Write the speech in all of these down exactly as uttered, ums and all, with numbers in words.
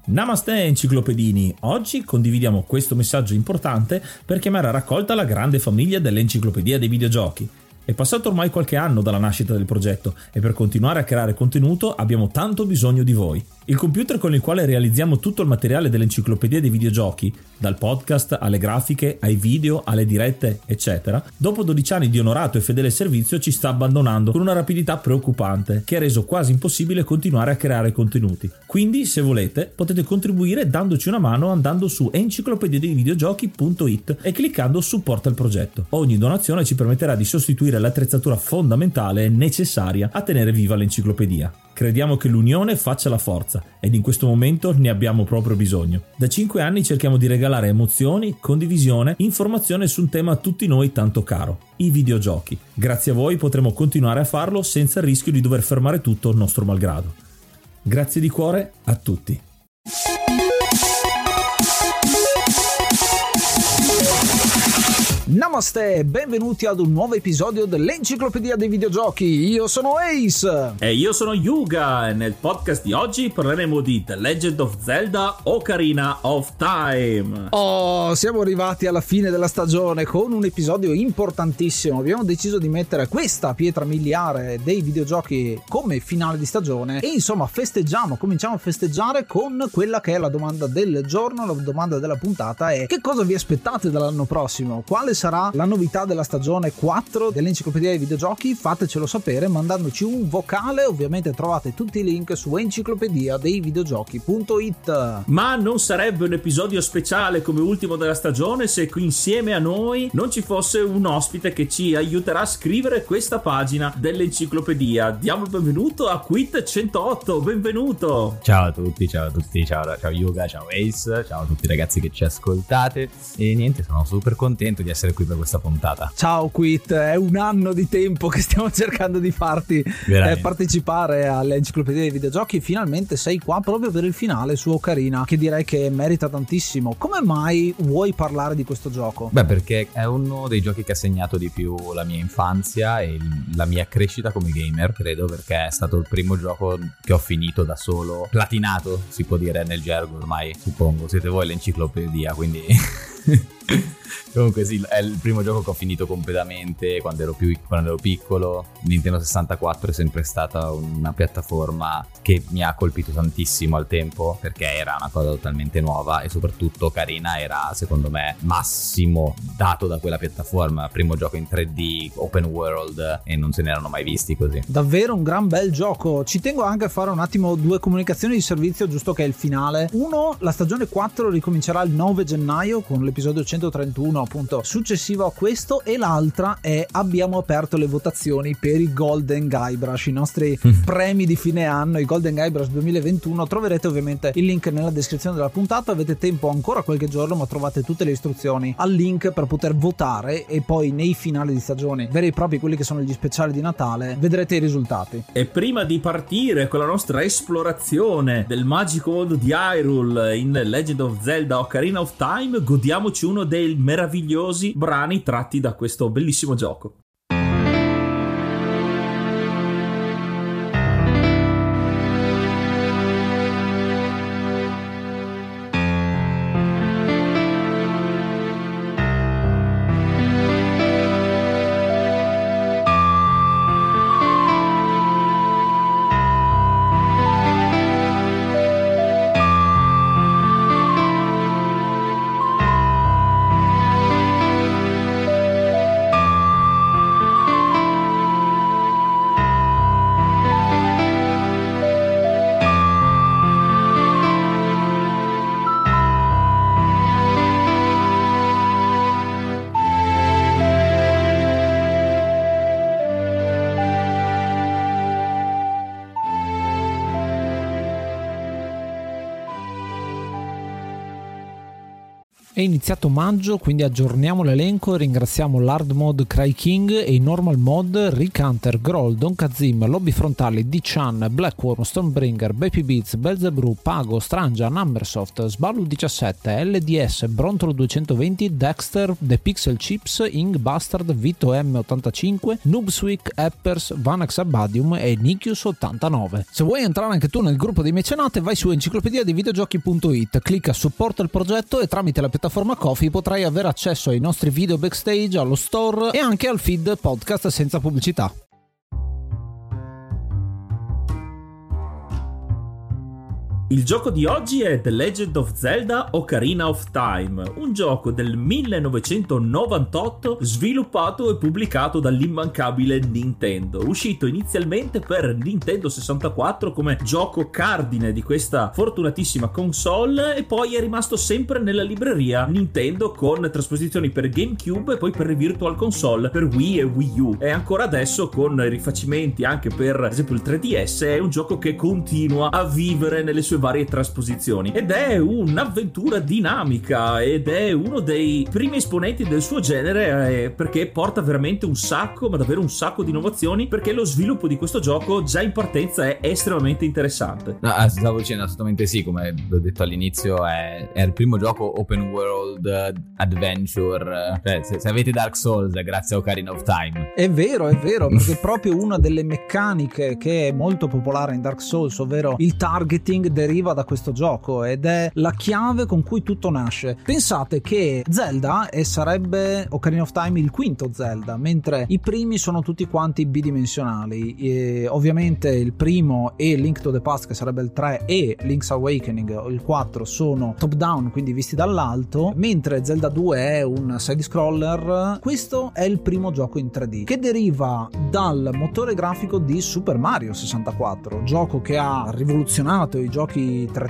Namaste enciclopedini, oggi condividiamo questo messaggio importante per chiamare a raccolta la grande famiglia dell'Enciclopedia dei Videogiochi. È passato ormai qualche anno dalla nascita del progetto e per continuare a creare contenuto abbiamo tanto bisogno di voi. Il computer con il quale realizziamo tutto il materiale dell'Enciclopedia dei Videogiochi, dal podcast alle grafiche, ai video, alle dirette, eccetera, dopo dodici anni di onorato e fedele servizio ci sta abbandonando con una rapidità preoccupante che ha reso quasi impossibile continuare a creare contenuti. Quindi, se volete, potete contribuire dandoci una mano andando su enciclopedia dei videogiochi punto it e cliccando supporta il progetto. Ogni donazione ci permetterà di sostituire l'attrezzatura fondamentale e necessaria a tenere viva l'enciclopedia. Crediamo che l'unione faccia la forza ed in questo momento ne abbiamo proprio bisogno. Da cinque anni cerchiamo di regalare emozioni, condivisione, informazione su un tema a tutti noi tanto caro, i videogiochi. Grazie a voi potremo continuare a farlo senza il rischio di dover fermare tutto nostro malgrado. Grazie di cuore a tutti. Namaste, benvenuti ad un nuovo episodio dell'Enciclopedia dei Videogiochi. Io sono Ace e io sono Yuga e nel podcast di oggi parleremo di The Legend of Zelda Ocarina of Time. Oh, siamo arrivati alla fine della stagione con un episodio importantissimo. Abbiamo deciso di mettere questa pietra miliare dei videogiochi come finale di stagione e insomma festeggiamo, cominciamo a festeggiare con quella che è la domanda del giorno. La domanda della puntata è: che cosa vi aspettate dall'anno prossimo? Quale sarà la novità della stagione quattro dell'Enciclopedia dei Videogiochi? Fatecelo sapere mandandoci un vocale. Ovviamente trovate tutti i link su enciclopedia dei videogiochi punto it. Ma non sarebbe un episodio speciale come ultimo della stagione se qui insieme a noi non ci fosse un ospite che ci aiuterà a scrivere questa pagina dell'enciclopedia. Diamo il benvenuto a Quit centootto, benvenuto! Ciao a tutti, ciao a tutti, ciao, ciao Yuga, ciao Ace, ciao a tutti i ragazzi che ci ascoltate e niente, sono super contento di essere qui per questa puntata. Ciao Quit, è un anno di tempo che stiamo cercando di farti eh, partecipare all'Enciclopedia dei Videogiochi e finalmente sei qua proprio per il finale su Ocarina, che direi che merita tantissimo. Come mai vuoi parlare di questo gioco? Beh, perché è uno dei giochi che ha segnato di più la mia infanzia e la mia crescita come gamer, credo, perché è stato il primo gioco che ho finito da solo, platinato si può dire nel gergo ormai, suppongo, siete voi l'enciclopedia, quindi comunque sì, è il primo gioco che ho finito completamente quando ero più quando ero piccolo. Nintendo sessantaquattro è sempre stata una piattaforma che mi ha colpito tantissimo al tempo perché era una cosa totalmente nuova e soprattutto Ocarina era secondo me massimo dato da quella piattaforma, primo gioco in tre D open world e non se ne erano mai visti così. Davvero un gran bel gioco. Ci tengo anche a fare un attimo due comunicazioni di servizio giusto che è il finale. Uno, la stagione quattro ricomincerà il nove gennaio con l'episodio centotrentuno appunto successivo a questo, e l'altra è abbiamo aperto le votazioni per i Golden Guybrush, i nostri premi di fine anno, i Golden Guybrush duemilaventuno. Troverete ovviamente il link nella descrizione della puntata. Avete tempo ancora qualche giorno, ma trovate tutte le istruzioni al link per poter votare e poi nei finali di stagione, veri e propri quelli che sono gli speciali di Natale, vedrete i risultati. E prima di partire con la nostra esplorazione del magico mondo di Hyrule in Legend of Zelda Ocarina of Time, godiamoci uno dei meravigliosi brani tratti da questo bellissimo gioco. È iniziato maggio, quindi aggiorniamo l'elenco e ringraziamo l'hard mod Cry King e i normal mod Rick Hunter, Groll, Don Kazim, Lobby Frontali, D-Chan, Blackworm, Stonebringer, Baby Beats, Belzebrew, Pago, Strangia, Numbersoft, Sballu diciassette, L D S, Brontolo duecentoventi, Dexter, The Pixel Chips, Ing Bastard, Vito M ottantacinque, Noobswick, Eppers, Vanax Abadium e Nikius ottantanove. Se vuoi entrare anche tu nel gruppo dei mecenate, vai su enciclopedia dei videogiochi punto it, clicca supporta il progetto e tramite la piattaforma Ko-fi potrai avere accesso ai nostri video backstage, allo store e anche al feed podcast senza pubblicità. Il gioco di oggi è The Legend of Zelda Ocarina of Time, un gioco del millenovecentonovantotto sviluppato e pubblicato dall'immancabile Nintendo, uscito inizialmente per Nintendo sessantaquattro come gioco cardine di questa fortunatissima console e poi è rimasto sempre nella libreria Nintendo con trasposizioni per GameCube e poi per le Virtual Console per Wii e Wii U, e ancora adesso con rifacimenti anche per, ad esempio, il tre D S. È un gioco che continua a vivere nelle sue varie trasposizioni ed è un'avventura dinamica ed è uno dei primi esponenti del suo genere, eh, perché porta veramente un sacco, ma davvero un sacco di innovazioni, perché lo sviluppo di questo gioco già in partenza è estremamente interessante. No, stavo dicendo assolutamente sì, come l'ho detto all'inizio, è, è il primo gioco open world adventure, cioè se, se avete Dark Souls è grazie a Ocarina of Time. È vero, è vero, perché è proprio una delle meccaniche che è molto popolare in Dark Souls, ovvero il targeting, deriva da questo gioco ed è la chiave con cui tutto nasce. Pensate che Zelda e sarebbe Ocarina of Time il quinto Zelda, mentre i primi sono tutti quanti bidimensionali. E ovviamente il primo e Link to the Past, che sarebbe il tre, e Link's Awakening il quattro sono top down, quindi visti dall'alto, mentre Zelda due è un side scroller. Questo è il primo gioco in tre D che deriva dal motore grafico di Super Mario sessantaquattro, gioco che ha rivoluzionato i giochi tre D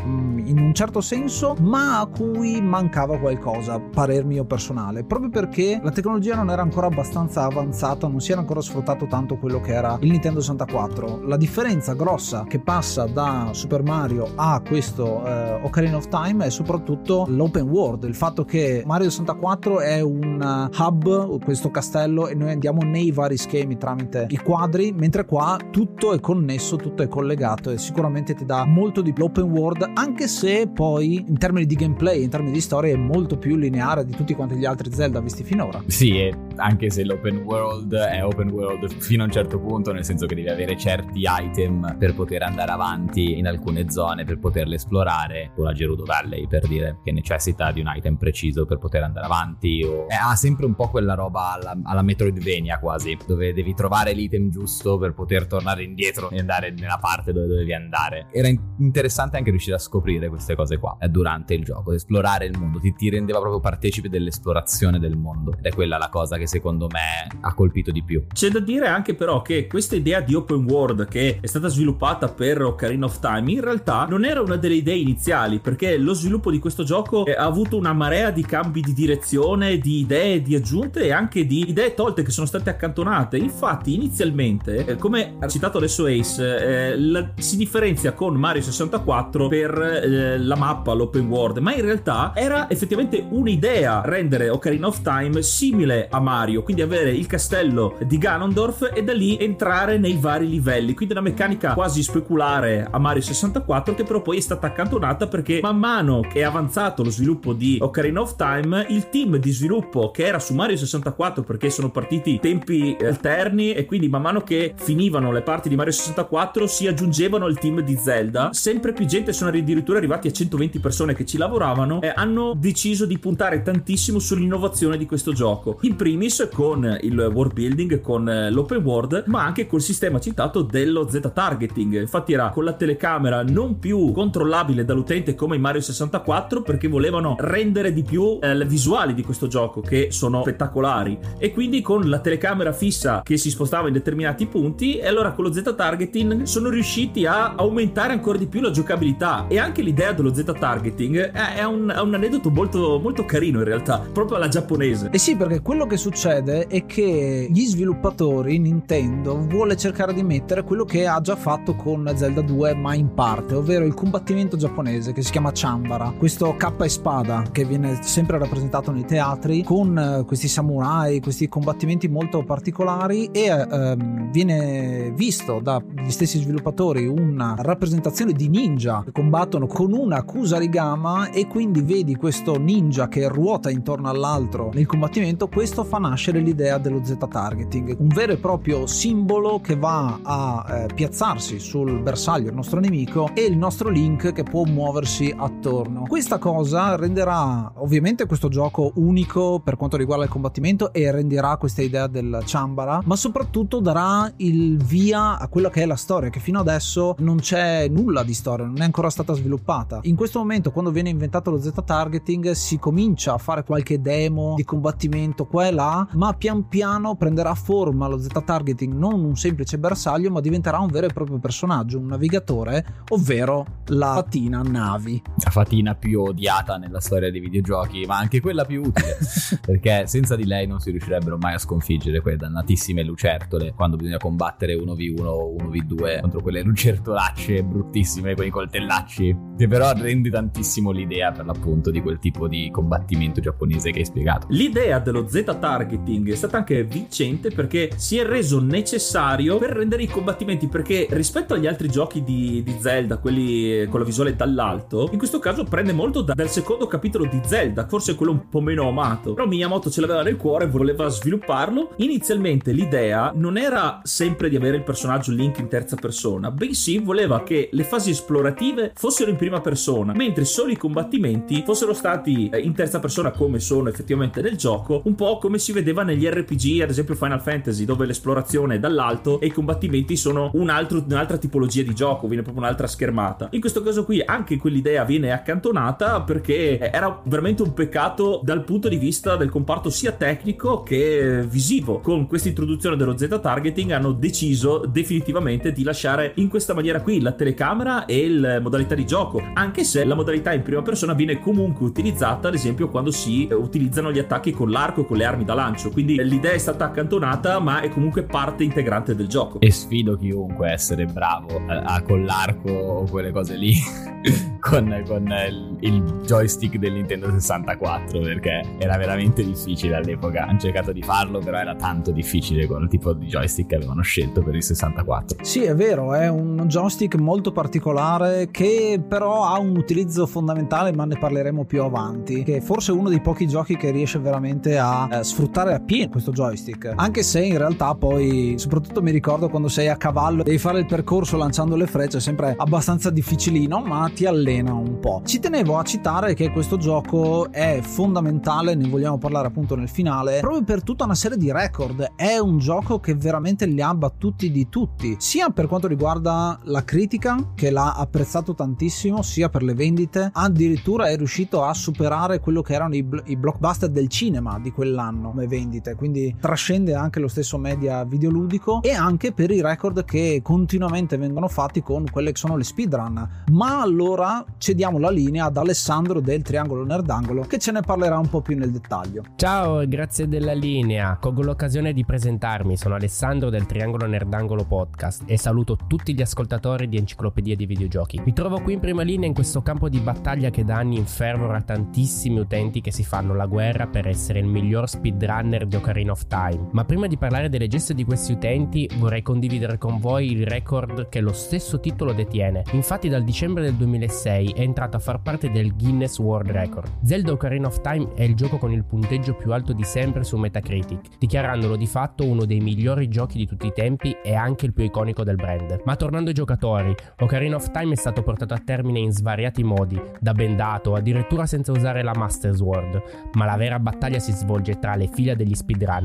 in un certo senso, ma a cui mancava qualcosa, parer mio personale, proprio perché la tecnologia non era ancora abbastanza avanzata, non si era ancora sfruttato tanto quello che era il Nintendo sessantaquattro. La differenza grossa che passa da Super Mario a questo eh, Ocarina of Time è soprattutto l'open world, il fatto che Mario sessantaquattro è un hub, questo castello, e noi andiamo nei vari schemi tramite i quadri, mentre qua tutto è connesso, tutto è collegato e sicuramente ti dà molto di open world, anche se poi in termini di gameplay, in termini di storia è molto più lineare di tutti quanti gli altri Zelda visti finora. Sì, e anche se l'open world è open world fino a un certo punto, nel senso che devi avere certi item per poter andare avanti in alcune zone, per poterle esplorare, o la Gerudo Valley per dire, che necessita di un item preciso per poter andare avanti, o eh, ha sempre un po' quella roba alla, alla Metroidvania quasi, dove devi trovare l'item giusto per poter tornare indietro e andare nella parte dove dovevi andare. Era interessante anche riuscire a scoprire queste cose qua durante il gioco, esplorare il mondo, ti, ti rendeva proprio partecipe dell'esplorazione del mondo, ed è quella la cosa che secondo me ha colpito di più. C'è da dire anche però che questa idea di open world che è stata sviluppata per Ocarina of Time in realtà non era una delle idee iniziali, perché lo sviluppo di questo gioco ha avuto una marea di cambi di direzione, di idee, di aggiunte e anche di idee tolte che sono state accantonate. Infatti inizialmente, eh, come ha citato adesso Ace, eh, la, si differenzia con Mario sessantaquattro per eh, la mappa, l'open world, ma in realtà era effettivamente un'idea rendere Ocarina of Time simile a Mario, quindi avere il castello di Ganondorf e da lì entrare nei vari livelli, quindi una meccanica quasi speculare a Mario sessantaquattro, che però poi è stata accantonata perché man mano che è avanzato lo sviluppo di Ocarina of Time, il team di sviluppo che era su Mario sessantaquattro, perché sono partiti tempi alterni e quindi man mano che finivano le parti di Mario sessantaquattro si aggiungevano al team di Zelda, sempre più gente, sono addirittura arrivati a centoventi persone che ci lavoravano, e hanno deciso di puntare tantissimo sull'innovazione di questo gioco, in primis con il world building, con l'open world, ma anche col sistema citato dello Z-targeting. Infatti era con la telecamera non più controllabile dall'utente come in Mario sessantaquattro, perché volevano rendere di più eh, le visuali di questo gioco, che sono spettacolari, e quindi con la telecamera fissa che si spostava in determinati punti, e allora con lo Z-targeting sono riusciti a aumentare ancora di più la giocabilità. E anche l'idea dello Z-targeting è un, è un aneddoto molto, molto carino in realtà, proprio alla giapponese. Eh sì, perché quello che succede succede è che gli sviluppatori, Nintendo, vuole cercare di mettere quello che ha già fatto con Zelda due, ma in parte, ovvero il combattimento giapponese che si chiama Chambara, questo kappa e spada che viene sempre rappresentato nei teatri con questi samurai, questi combattimenti molto particolari, e ehm, viene visto dagli stessi sviluppatori una rappresentazione di ninja che combattono con una kusarigama, e quindi vedi questo ninja che ruota intorno all'altro nel combattimento. Questo fa nascere l'idea dello Z-targeting, un vero e proprio simbolo che va a eh, piazzarsi sul bersaglio il nostro nemico e il nostro Link che può muoversi attorno. Questa cosa renderà ovviamente questo gioco unico per quanto riguarda il combattimento e renderà questa idea del Chambara, ma soprattutto darà il via a quella che è la storia, che fino adesso non c'è nulla di storia, non è ancora stata sviluppata. In questo momento, quando viene inventato lo Z-targeting, si comincia a fare qualche demo di combattimento qua e là, ma pian piano prenderà forma lo Z-targeting non un semplice bersaglio, ma diventerà un vero e proprio personaggio, un navigatore, ovvero la fatina navi. La fatina più odiata nella storia dei videogiochi, ma anche quella più utile, perché senza di lei non si riuscirebbero mai a sconfiggere quelle dannatissime lucertole quando bisogna combattere uno vu uno o uno vu due contro quelle lucertolacce bruttissime con i coltellacci, che però rende tantissimo l'idea per l'appunto di quel tipo di combattimento giapponese che hai spiegato. L'idea dello Z-targeting è stata anche vincente perché si è reso necessario per rendere i combattimenti, perché rispetto agli altri giochi di, di Zelda, quelli con la visuale dall'alto, in questo caso prende molto da, dal secondo capitolo di Zelda, forse quello un po' meno amato, però Miyamoto ce l'aveva nel cuore e voleva svilupparlo. Inizialmente l'idea non era sempre di avere il personaggio Link in terza persona, bensì voleva che le fasi esplorative fossero in prima persona, mentre solo i combattimenti fossero stati in terza persona, come sono effettivamente nel gioco, un po' come si vedeva negli R P G, ad esempio Final Fantasy, dove l'esplorazione è dall'alto e i combattimenti sono un altro, un'altra tipologia di gioco, viene proprio un'altra schermata. In questo caso qui anche quell'idea viene accantonata perché era veramente un peccato dal punto di vista del comparto sia tecnico che visivo. Con questa introduzione dello Z-targeting hanno deciso definitivamente di lasciare in questa maniera qui la telecamera e la modalità di gioco, anche se la modalità in prima persona viene comunque utilizzata, ad esempio quando si utilizzano gli attacchi con l'arco e con le armi da lancio, quindi l'idea è stata accantonata ma è comunque parte integrante del gioco. E sfido chiunque a essere bravo a, a con l'arco o quelle cose lì con, con il, il joystick del Nintendo sessantaquattro, perché era veramente difficile all'epoca. Hanno cercato di farlo, però era tanto difficile con il tipo di joystick che avevano scelto per il sessantaquattro. Sì, è vero, è un joystick molto particolare che però ha un utilizzo fondamentale, ma ne parleremo più avanti, che è forse uno dei pochi giochi che riesce veramente a eh, sfruttare appieno questo joystick, anche se in realtà poi, soprattutto mi ricordo quando sei a cavallo devi fare il percorso lanciando le frecce, è sempre abbastanza difficilino, ma ti allena un po'. Ci tenevo a citare che questo gioco è fondamentale, ne vogliamo parlare appunto nel finale, proprio per tutta una serie di record. È un gioco che veramente li ha battuti di tutti, sia per quanto riguarda la critica, che l'ha apprezzato tantissimo, sia per le vendite. Addirittura è riuscito a superare quello che erano i, bl- i blockbuster del cinema di quell'anno come vendite, quindi trascende anche lo stesso media videoludico, e anche per i record che continuamente vengono fatti con quelle che sono le speedrun. Ma allora cediamo la linea ad Alessandro del Triangolo Nerdangolo, che ce ne parlerà un po' più nel dettaglio. Ciao e grazie della linea. Colgo l'occasione di presentarmi, sono Alessandro del Triangolo Nerdangolo Podcast e saluto tutti gli ascoltatori di Enciclopedia di Videogiochi. Mi trovo qui in prima linea in questo campo di battaglia che da anni infervora tantissimi utenti che si fanno la guerra per essere il miglior speedrunner di Ocarina of Time. Ma prima di parlare delle gesta di questi utenti vorrei condividere con voi il record che lo stesso titolo detiene. Infatti dal dicembre del duemilasei è entrato a far parte del Guinness World Record. Zelda Ocarina of Time è il gioco con il punteggio più alto di sempre su Metacritic, dichiarandolo di fatto uno dei migliori giochi di tutti i tempi e anche il più iconico del brand. Ma tornando ai giocatori, Ocarina of Time è stato portato a termine in svariati modi, da bendato, addirittura senza usare la Master Sword, ma la vera battaglia si svolge tra le fila degli speedrunner,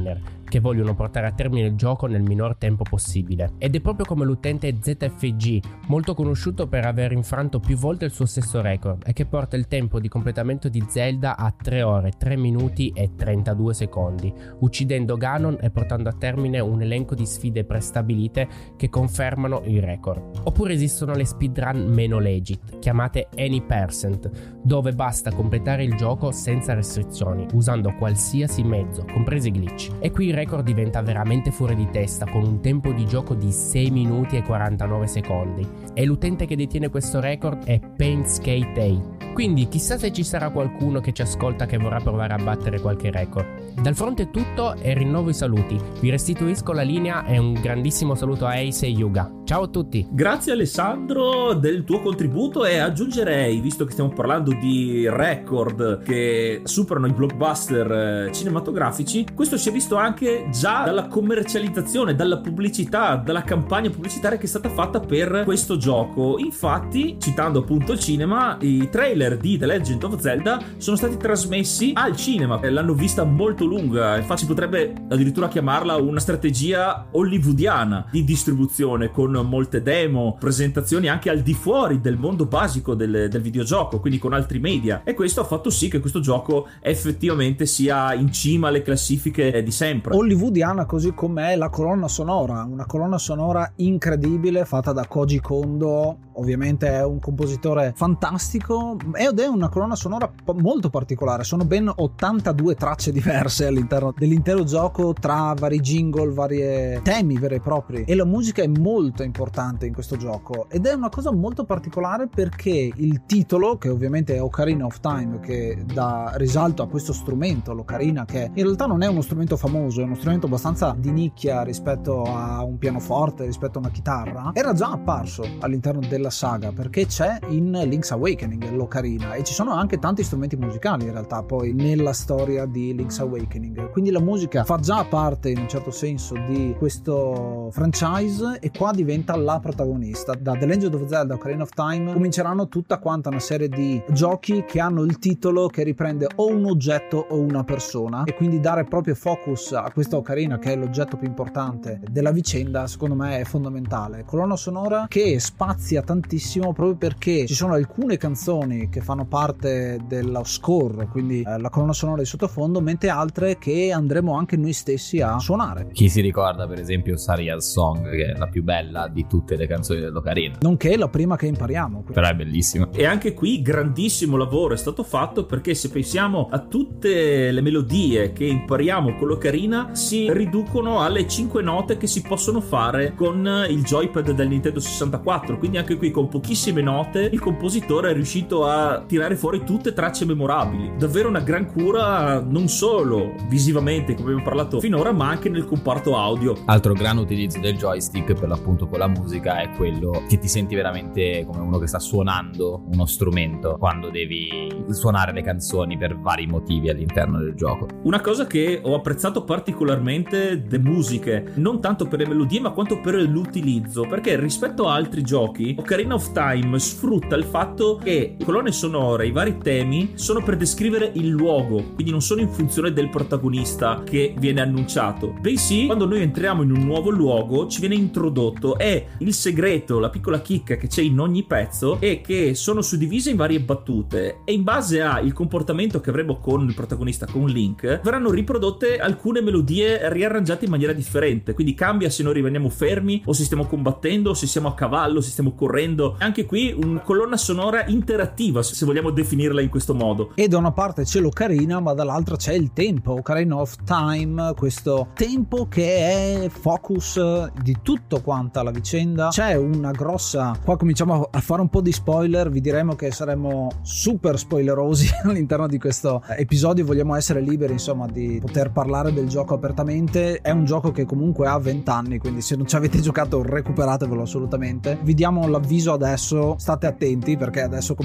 che vogliono portare a termine il gioco nel minor tempo possibile. Ed è proprio come l'utente Z F G, molto conosciuto per aver infranto più volte il suo stesso record e che porta il tempo di completamento di Zelda a tre ore, tre minuti e trentadue secondi, uccidendo Ganon e portando a termine un elenco di sfide prestabilite che confermano il record. Oppure esistono le speedrun meno legit, chiamate Any Percent, dove basta completare il gioco senza restrizioni, usando qualsiasi mezzo, compresi i glitch. E qui il record diventa veramente fuori di testa, con un tempo di gioco di sei minuti e quarantanove secondi. E l'utente che detiene questo record è Painskate. Quindi chissà se ci sarà qualcuno che ci ascolta che vorrà provare a battere qualche record. Dal fronte è tutto e rinnovo i saluti. Vi restituisco la linea e un grandissimo saluto a Ace e Yuga. Ciao a tutti. Grazie Alessandro del tuo contributo, e aggiungerei, visto che stiamo parlando di record che superano i blockbuster cinematografici, questo si è visto anche già dalla commercializzazione, dalla pubblicità, dalla campagna pubblicitaria che è stata fatta per questo gioco. Infatti, citando appunto il cinema, i trailer di The Legend of Zelda sono stati trasmessi al cinema, l'hanno vista molto lunga, infatti si potrebbe addirittura chiamarla una strategia hollywoodiana di distribuzione, con molte demo, presentazioni anche al di fuori del mondo basico del, del videogioco, quindi con altri media, e questo ha fatto sì che questo gioco effettivamente sia in cima alle classifiche di sempre. Hollywoodiana, così come la colonna sonora, una colonna sonora incredibile fatta da Koji Kondo, ovviamente è un compositore fantastico, ed è una colonna sonora molto particolare. Sono ben ottantadue tracce diverse all'interno dell'intero gioco, tra vari jingle, vari temi veri e propri, e la musica è molto importante in questo gioco, ed è una cosa molto particolare perché il titolo, che ovviamente è Ocarina of Time, che dà risalto a questo strumento, l'ocarina, che in realtà non è uno strumento famoso, è uno strumento abbastanza di nicchia rispetto a un pianoforte, rispetto a una chitarra, era già apparso all'interno della saga perché c'è in Link's Awakening l'ocarina, e ci sono anche tanti strumenti musicali in realtà poi nella storia di Link's Awakening, quindi la musica fa già parte in un certo senso di questo franchise, e qua diventa la protagonista. Da The Legend of Zelda Ocarina of Time cominceranno tutta quanta una serie di giochi che hanno il titolo che riprende o un oggetto o una persona, e quindi dare proprio focus a questa ocarina, che è l'oggetto più importante della vicenda, secondo me è fondamentale. Colonna sonora che spazia tantissimo proprio perché ci sono alcune canzoni che fanno parte dello score, quindi eh, la colonna sonora di sottofondo, mentre altre che andremo anche noi stessi a suonare. Chi si ricorda per esempio Saria's Song, che è la più bella di tutte le canzoni dell'ocarina, nonché la prima che impariamo, però è bellissima. E anche qui grandissimo lavoro è stato fatto, perché se pensiamo a tutte le melodie che impariamo con l'ocarina, si riducono alle cinque note che si possono fare con il joypad del Nintendo sessantaquattro, quindi anche qui con pochissime note il compositore è riuscito a tirare fuori tutte tracce memorabili. Davvero una gran cura, non solo visivamente come abbiamo parlato finora, ma anche nel comparto audio. Altro gran utilizzo del joystick per l'appunto con la musica è quello che ti senti veramente come uno che sta suonando uno strumento quando devi suonare le canzoni per vari motivi all'interno del gioco. Una cosa che ho apprezzato particolarmente delle musiche, non tanto per le melodie ma quanto per l'utilizzo, perché rispetto a altri giochi Ocarina of Time sfrutta il fatto che le colonne sonore, i vari temi sono per descrivere il luogo, quindi non sono in funzione del protagonista che viene annunciato, bensì quando noi entriamo in un nuovo luogo ci viene introdotto, è il segreto, la piccola chicca che c'è in ogni pezzo, e che sono suddivise in varie battute, e in base al comportamento che avremo con il protagonista, con Link, verranno riprodotte alcune melodie riarrangiate in maniera differente, quindi cambia se noi rimaniamo fermi o se stiamo combattendo, o se siamo a cavallo, se stiamo correndo. Anche qui una colonna sonora interattiva, se vogliamo definirla in questo modo. E da una parte c'è l'ocarina, ma dall'altra c'è il tempo, Ocarina of Time, questo tempo che è focus di tutto quanta la vicenda. C'è una grossa, qua cominciamo a fare un po' di spoiler, vi diremo che saremo super spoilerosi all'interno di questo episodio, vogliamo essere liberi insomma di poter parlare del gioco apertamente. È un gioco che comunque ha venti anni, quindi se non ci avete giocato recuperatevelo assolutamente. Vi diamo l'avviso adesso, state attenti perché adesso cominciano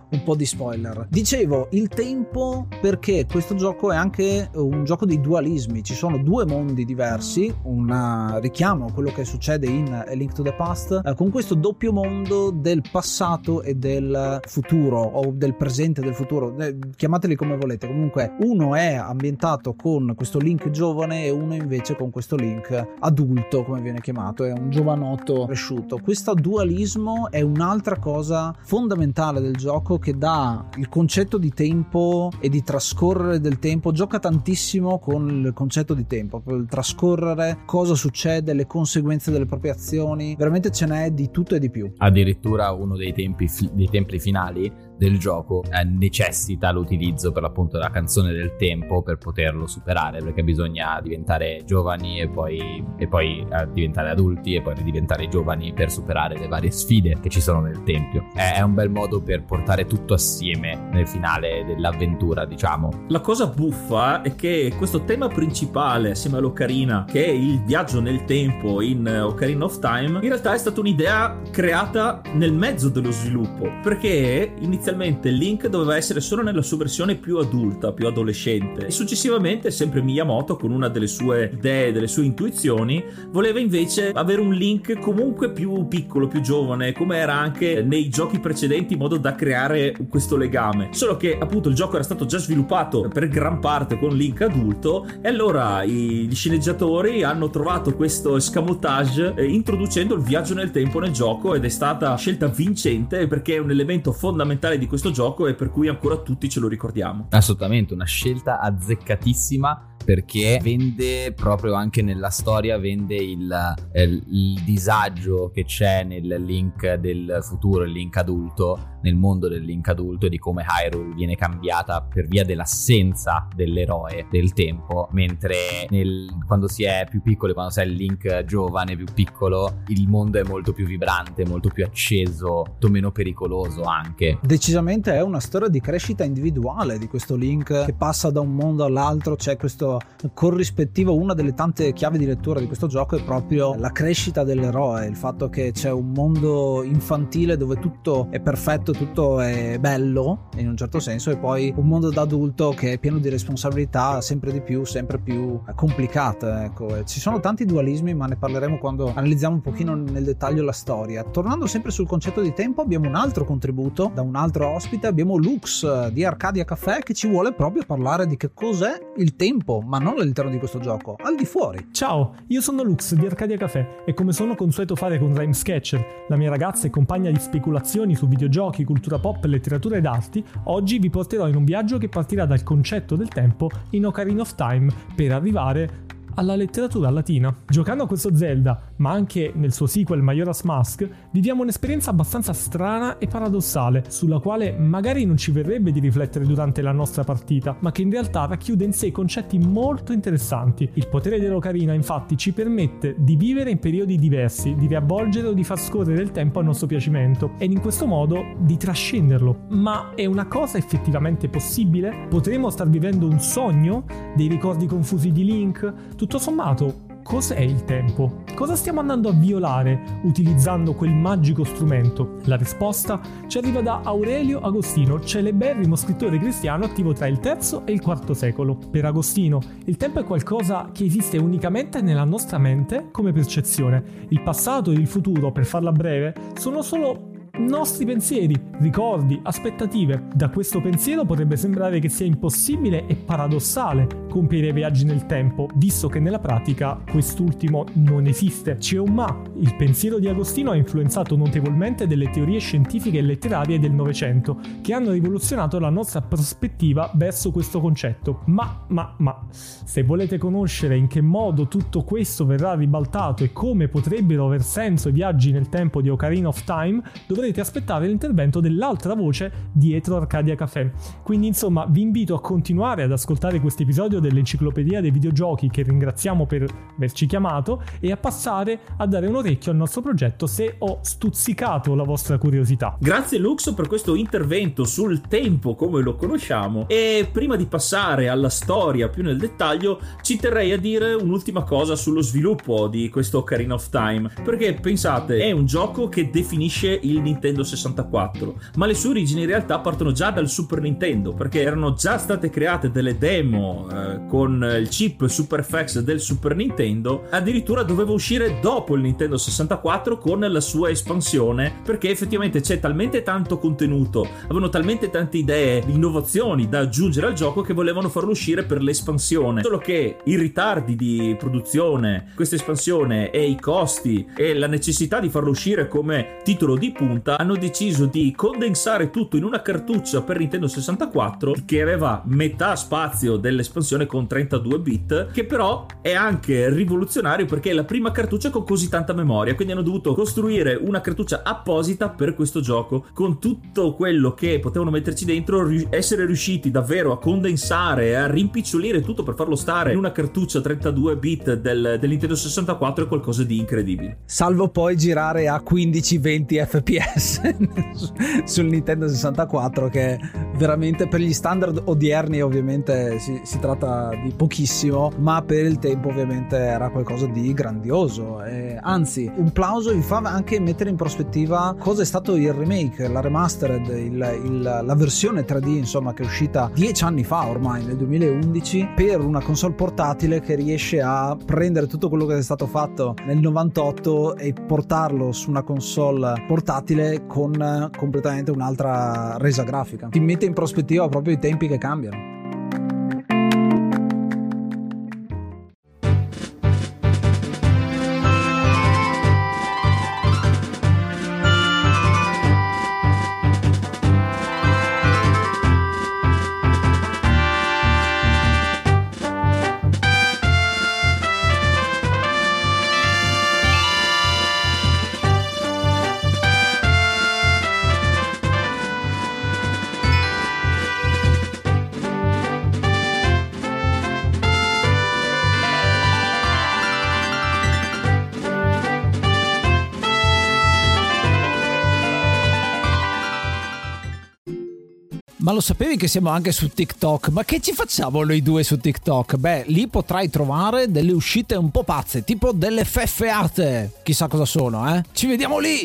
un po' di spoiler. Dicevo il tempo perché questo gioco è anche un gioco di dualismi, ci sono due mondi diversi, un richiamo a quello che succede in A Link to the Past, eh, con questo doppio mondo del passato e del futuro, o del presente e del futuro, eh, chiamateli come volete. Comunque uno è ambientato con questo Link giovane e uno invece con questo Link adulto, come viene chiamato, è un giovanotto cresciuto. Questo dualismo è un'altra cosa fondamentale del gioco, che dà il concetto di tempo e di trascorrere del tempo, gioca tantissimo con il concetto di tempo, per il trascorrere, cosa succede, le conseguenze delle proprie azioni, veramente ce n'è di tutto e di più. Addirittura uno dei tempi fi- dei templi finali del gioco eh, necessita l'utilizzo per l'appunto della canzone del tempo per poterlo superare, perché bisogna diventare giovani e poi, e poi eh, diventare adulti e poi diventare giovani per superare le varie sfide che ci sono nel tempio. È, è un bel modo per portare tutto assieme nel finale dell'avventura, diciamo. La cosa buffa è che questo tema principale assieme all'Ocarina, che è il viaggio nel tempo in Ocarina of Time, in realtà è stata un'idea creata nel mezzo dello sviluppo, perché inizialmente Link doveva essere solo nella sua versione più adulta, più adolescente, e successivamente sempre Miyamoto, con una delle sue idee, delle sue intuizioni, voleva invece avere un Link comunque più piccolo, più giovane, come era anche nei giochi precedenti, in modo da creare questo legame. Solo che appunto il gioco era stato già sviluppato per gran parte con Link adulto, e allora i, gli sceneggiatori hanno trovato questo escamotage eh, introducendo il viaggio nel tempo nel gioco, ed è stata scelta vincente perché è un elemento fondamentale di questo gioco e per cui ancora tutti ce lo ricordiamo. Assolutamente, una scelta azzeccatissima, perché vende proprio anche nella storia, vende il, il, il disagio che c'è nel Link del futuro, il Link adulto, nel mondo del Link adulto, e di come Hyrule viene cambiata per via dell'assenza dell'eroe del tempo, mentre nel, quando si è più piccoli, quando si è il Link giovane più piccolo, il mondo è molto più vibrante, molto più acceso, molto meno pericoloso anche. Decisamente è una storia di crescita individuale di questo Link che passa da un mondo all'altro, c'è questo corrispettivo. Una delle tante chiavi di lettura di questo gioco è proprio la crescita dell'eroe, il fatto che c'è un mondo infantile dove tutto è perfetto, tutto è bello in un certo senso, e poi un mondo da adulto che è pieno di responsabilità, sempre di più, sempre più complicate, ecco. Ci sono tanti dualismi, ma ne parleremo quando analizziamo un pochino nel dettaglio la storia. Tornando sempre sul concetto di tempo, abbiamo un altro contributo da un altro ospite, abbiamo Lux di Arcadia Café, che ci vuole proprio parlare di che cos'è il tempo, ma non all'interno di questo gioco, al di fuori. Ciao, io sono Lux di Arcadia Café e come sono consueto fare con Rhyme Sketcher, la mia ragazza e compagna di speculazioni su videogiochi, cultura pop, letteratura ed arti, oggi vi porterò in un viaggio che partirà dal concetto del tempo in Ocarina of Time per arrivare alla letteratura latina. Giocando a questo Zelda, ma anche nel suo sequel Majora's Mask, viviamo un'esperienza abbastanza strana e paradossale, sulla quale magari non ci verrebbe di riflettere durante la nostra partita, ma che in realtà racchiude in sé concetti molto interessanti. Il potere dell'Ocarina, infatti, ci permette di vivere in periodi diversi, di riavvolgere o di far scorrere il tempo a nostro piacimento, ed in questo modo di trascenderlo. Ma è una cosa effettivamente possibile? Potremmo star vivendo un sogno? Dei ricordi confusi di Link? Tutto sommato, cos'è il tempo? Cosa stiamo andando a violare utilizzando quel magico strumento? La risposta ci arriva da Aurelio Agostino, celeberrimo scrittore cristiano attivo tra il terzo e il quarto secolo. Per Agostino, il tempo è qualcosa che esiste unicamente nella nostra mente come percezione. Il passato e il futuro, per farla breve, sono solo nostri pensieri, ricordi, aspettative. Da questo pensiero potrebbe sembrare che sia impossibile e paradossale compiere viaggi nel tempo, visto che nella pratica quest'ultimo non esiste. C'è un ma. Il pensiero di Agostino ha influenzato notevolmente delle teorie scientifiche e letterarie del Novecento, che hanno rivoluzionato la nostra prospettiva verso questo concetto. Ma, ma, ma, se volete conoscere in che modo tutto questo verrà ribaltato e come potrebbero aver senso i viaggi nel tempo di Ocarina of Time, dovrete aspettare l'intervento dell'altra voce dietro Arcadia Café. Quindi insomma vi invito a continuare ad ascoltare questo episodio dell'Enciclopedia dei Videogiochi, che ringraziamo per averci chiamato, e a passare a dare un orecchio al nostro progetto se ho stuzzicato la vostra curiosità. Grazie Lux per questo intervento sul tempo come lo conosciamo, e prima di passare alla storia più nel dettaglio ci terrei a dire un'ultima cosa sullo sviluppo di questo Ocarina of Time, perché pensate, è un gioco che definisce il Nintendo sessantaquattro, ma le sue origini in realtà partono già dal Super Nintendo, perché erano già state create delle demo eh, con il chip Super F X del Super Nintendo. Addirittura doveva uscire dopo il Nintendo sessantaquattro con la sua espansione, perché effettivamente c'è talmente tanto contenuto, avevano talmente tante idee di innovazioni da aggiungere al gioco che volevano farlo uscire per l'espansione, solo che i ritardi di produzione, questa espansione e i costi e la necessità di farlo uscire come titolo di punta hanno deciso di condensare tutto in una cartuccia per Nintendo sessantaquattro che aveva metà spazio dell'espansione con trentadue bit, che però è anche rivoluzionario perché è la prima cartuccia con così tanta memoria, quindi hanno dovuto costruire una cartuccia apposita per questo gioco con tutto quello che potevano metterci dentro. Essere riusciti davvero a condensare e a rimpicciolire tutto per farlo stare in una cartuccia trentadue bit del, del Nintendo sessantaquattro è qualcosa di incredibile, salvo poi girare a quindici venti F P S sul Nintendo sessantaquattro, che veramente per gli standard odierni ovviamente si, si tratta di pochissimo, ma per il tempo ovviamente era qualcosa di grandioso. E anzi, un plauso vi fa anche mettere in prospettiva cosa è stato il remake, la remastered, il, il, la versione tre D insomma che è uscita dieci anni fa ormai, nel duemilaundici, per una console portatile che riesce a prendere tutto quello che è stato fatto nel novantotto e portarlo su una console portatile con completamente un'altra resa grafica. Ti mette in prospettiva proprio i tempi che cambiano. Ma lo sapevi che siamo anche su TikTok? Ma che ci facciamo noi due su TikTok? Beh, lì potrai trovare delle uscite un po' pazze, tipo delle feffe arte. Chissà cosa sono, eh? Ci vediamo lì!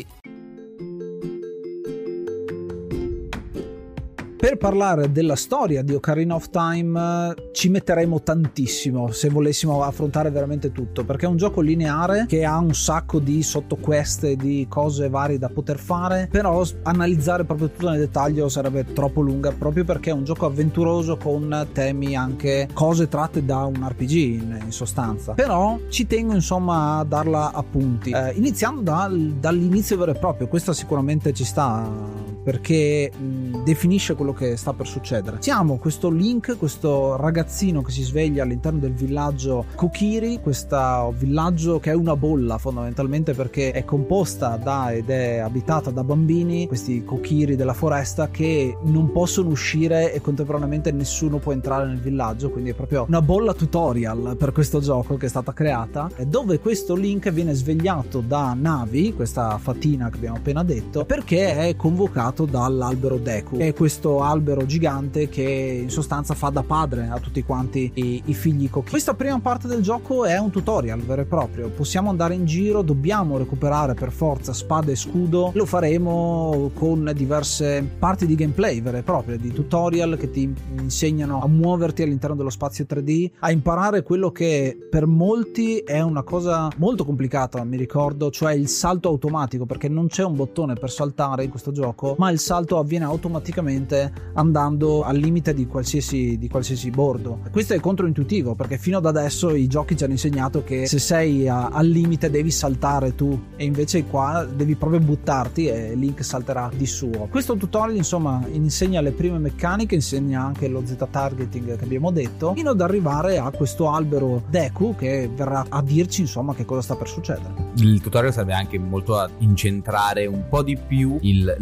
Per parlare della storia di Ocarina of Time ci metteremo tantissimo se volessimo affrontare veramente tutto, perché è un gioco lineare che ha un sacco di sottoquest e di cose varie da poter fare, però analizzare proprio tutto nel dettaglio sarebbe troppo lunga, proprio perché è un gioco avventuroso con temi, anche cose tratte da un R P G in, in sostanza. Però ci tengo insomma a darla a punti, eh, iniziando dal, dall'inizio vero e proprio. Questo sicuramente ci sta, perché mh, definisce quello che sta per succedere. Siamo questo Link, questo ragazzino che si sveglia all'interno del villaggio Kokiri, questo villaggio che è una bolla fondamentalmente perché è composta da ed è abitata da bambini, questi Kokiri della foresta che non possono uscire e contemporaneamente nessuno può entrare nel villaggio, quindi è proprio una bolla tutorial per questo gioco che è stata creata, dove questo Link viene svegliato da Navi, questa fatina che abbiamo appena detto, perché è convocato dall'albero Deku, che è questo albero gigante che in sostanza fa da padre a tutti quanti i, i figli Kokiri. Questa prima parte del gioco è un tutorial vero e proprio, possiamo andare in giro, dobbiamo recuperare per forza spada e scudo, lo faremo con diverse parti di gameplay vere e proprie, di tutorial che ti insegnano a muoverti all'interno dello spazio tre D, a imparare quello che per molti è una cosa molto complicata, mi ricordo, cioè il salto automatico, perché non c'è un bottone per saltare in questo gioco, ma il salto avviene automaticamente andando al limite di qualsiasi, di qualsiasi bordo. Questo è controintuitivo, perché fino ad adesso i giochi ci hanno insegnato che se sei a, al limite devi saltare tu, e invece qua devi proprio buttarti e Link salterà di suo. Questo tutorial insomma insegna le prime meccaniche, insegna anche lo Z-targeting che abbiamo detto, fino ad arrivare a questo albero Deku che verrà a dirci insomma che cosa sta per succedere. Il tutorial serve anche molto a incentrare un po' di più il Link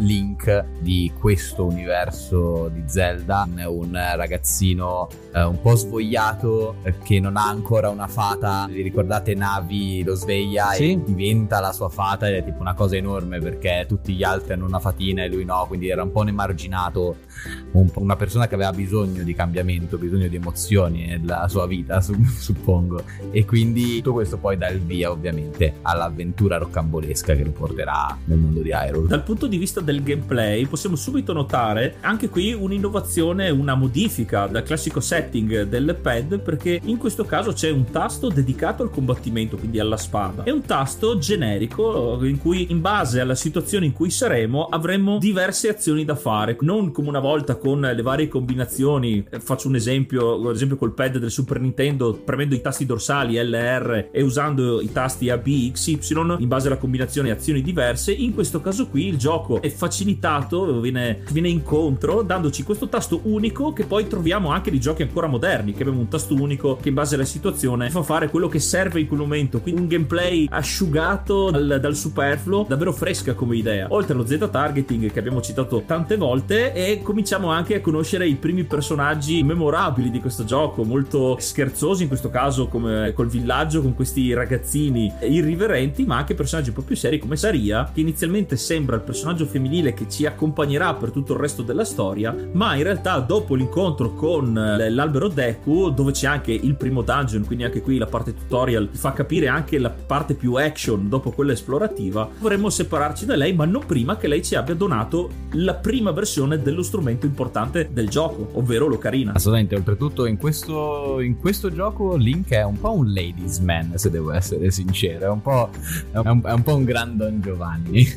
Link di questo universo di Zelda, un ragazzino eh, un po' svogliato eh, che non ha ancora una fata. Vi ricordate Navi lo sveglia sì. e diventa la sua fata, ed è tipo una cosa enorme perché tutti gli altri hanno una fatina e lui no, quindi era un po' un emarginato, un po' una persona che aveva bisogno di cambiamento, bisogno di emozioni nella sua vita, suppongo, e quindi tutto questo poi dà il via ovviamente all'avventura roccambolesca che lo porterà nel mondo di Hyrule. Dal punto di vista del gameplay possiamo subito notare anche qui un'innovazione, una modifica dal classico setting del pad, perché in questo caso c'è un tasto dedicato al combattimento, quindi alla spada, e un tasto generico in cui, in base alla situazione in cui saremo, avremo diverse azioni da fare, non come una volta con le varie combinazioni. Faccio un esempio, ad esempio col pad del Super Nintendo, premendo i tasti dorsali L R e usando i tasti A B X Y in base alla combinazione azioni diverse. In questo caso qui il gioco è facilitato, viene, viene incontro dandoci questo tasto unico, che poi troviamo anche nei giochi ancora moderni, che abbiamo un tasto unico che in base alla situazione fa fare quello che serve in quel momento, quindi un gameplay asciugato dal, dal superfluo, davvero fresca come idea, oltre allo Z-targeting che abbiamo citato tante volte. E cominciamo anche a conoscere i primi personaggi memorabili di questo gioco, molto scherzosi in questo caso, come col villaggio con questi ragazzini irriverenti, ma anche personaggi un po' più seri come Saria, che inizialmente sembra il personaggio femminile che ci accompagnerà per tutto il resto della storia, ma in realtà dopo l'incontro con l'albero Deku, dove c'è anche il primo dungeon, quindi anche qui la parte tutorial fa capire anche la parte più action dopo quella esplorativa, vorremmo separarci da lei, ma non prima che lei ci abbia donato la prima versione dello strumento importante del gioco, ovvero l'ocarina. Assolutamente. Oltretutto in questo, in questo gioco Link è un po' un ladies man, se devo essere sincero, è un po', è un, è un, po' un gran Don Giovanni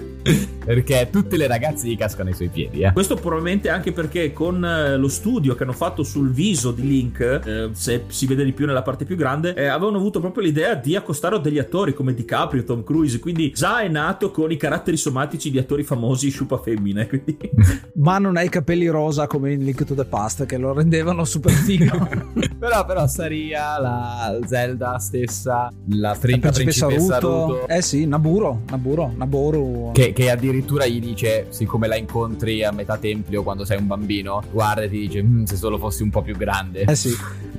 perché tutte le ragazze gli cascano ai suoi piedi, eh. Questo probabilmente anche perché con eh, lo studio che hanno fatto sul viso di Link, eh, se si vede di più nella parte più grande, eh, avevano avuto proprio l'idea di accostare degli attori come DiCaprio, Tom Cruise, quindi già è nato con i caratteri somatici di attori famosi sciupa femmine, quindi. Ma non hai i capelli rosa come in Link to the Past, che lo rendevano super figo. però però Saria, la Zelda stessa, la, fri- la principessa, principessa Ruto. Ruto eh sì, Naburo Naburo Naboru che, che addirittura gli dice, siccome la incontri a metà tempio quando sei un bambino, guarda e ti dice se solo fossi un po' più grande. Eh sì.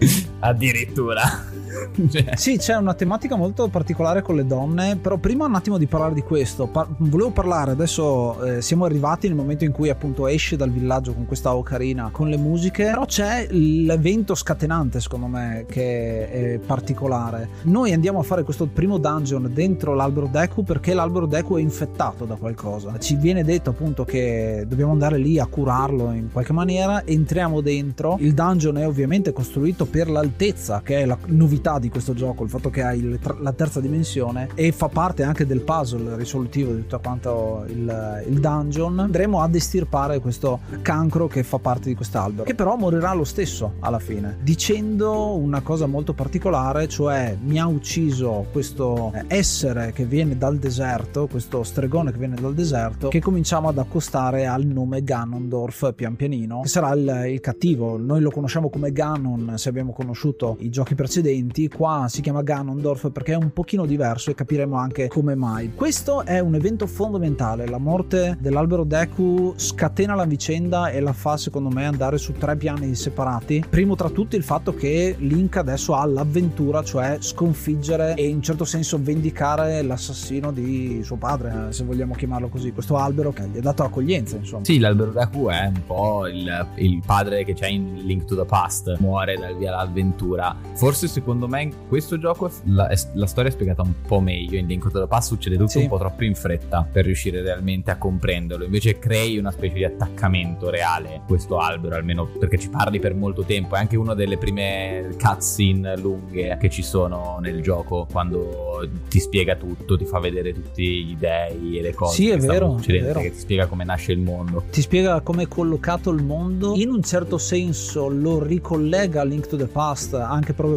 Addirittura. Cioè. Sì, c'è una tematica molto particolare con le donne, però prima un attimo di parlare di questo, par- volevo parlare adesso, eh, siamo arrivati nel momento in cui appunto esce dal villaggio con questa ocarina, con le musiche, però c'è l'evento scatenante secondo me che è particolare. Noi andiamo a fare questo primo dungeon dentro l'albero Deku perché l'albero Deku è infettato da qualcosa, ci viene detto appunto che dobbiamo andare lì a curarlo in qualche maniera, entriamo dentro, il dungeon è ovviamente costruito per l'altezza, che è la novità di questo gioco, il fatto che hai il, la terza dimensione, e fa parte anche del puzzle risolutivo di tutto quanto il, il dungeon. Andremo ad estirpare questo cancro che fa parte di quest'albero, che però morirà lo stesso alla fine, dicendo una cosa molto particolare, cioè mi ha ucciso questo essere che viene dal deserto, questo stregone che viene dal deserto, che cominciamo ad accostare al nome Ganondorf pian pianino, che sarà il, il cattivo. Noi lo conosciamo come Ganon se abbiamo conosciuto i giochi precedenti, qua si chiama Ganondorf perché è un pochino diverso e capiremo anche come mai. Questo è un evento fondamentale, la morte dell'albero Deku scatena la vicenda e la fa secondo me andare su tre piani separati. Primo tra tutti il fatto che Link adesso ha l'avventura, cioè sconfiggere e in certo senso vendicare l'assassino di suo padre, se vogliamo chiamarlo così, questo albero che gli ha dato accoglienza, insomma. Sì, l'albero Deku è un po' il, il padre che c'è in Link to the Past, muore dal via l'avventura. Forse secondo me in questo gioco la, la storia è spiegata un po' meglio. In Link to the Past succede tutto sì. un po' troppo in fretta per riuscire realmente a comprenderlo, invece crei una specie di attaccamento reale a questo albero, almeno perché ci parli per molto tempo. È anche una delle prime cutscene lunghe che ci sono nel gioco, quando ti spiega tutto, ti fa vedere tutti gli dei e le cose sì, che è stanno vero, succedendo, è vero. che ti spiega come nasce il mondo, ti spiega come è collocato il mondo. In un certo senso lo ricollega a Link to the Past, anche proprio perché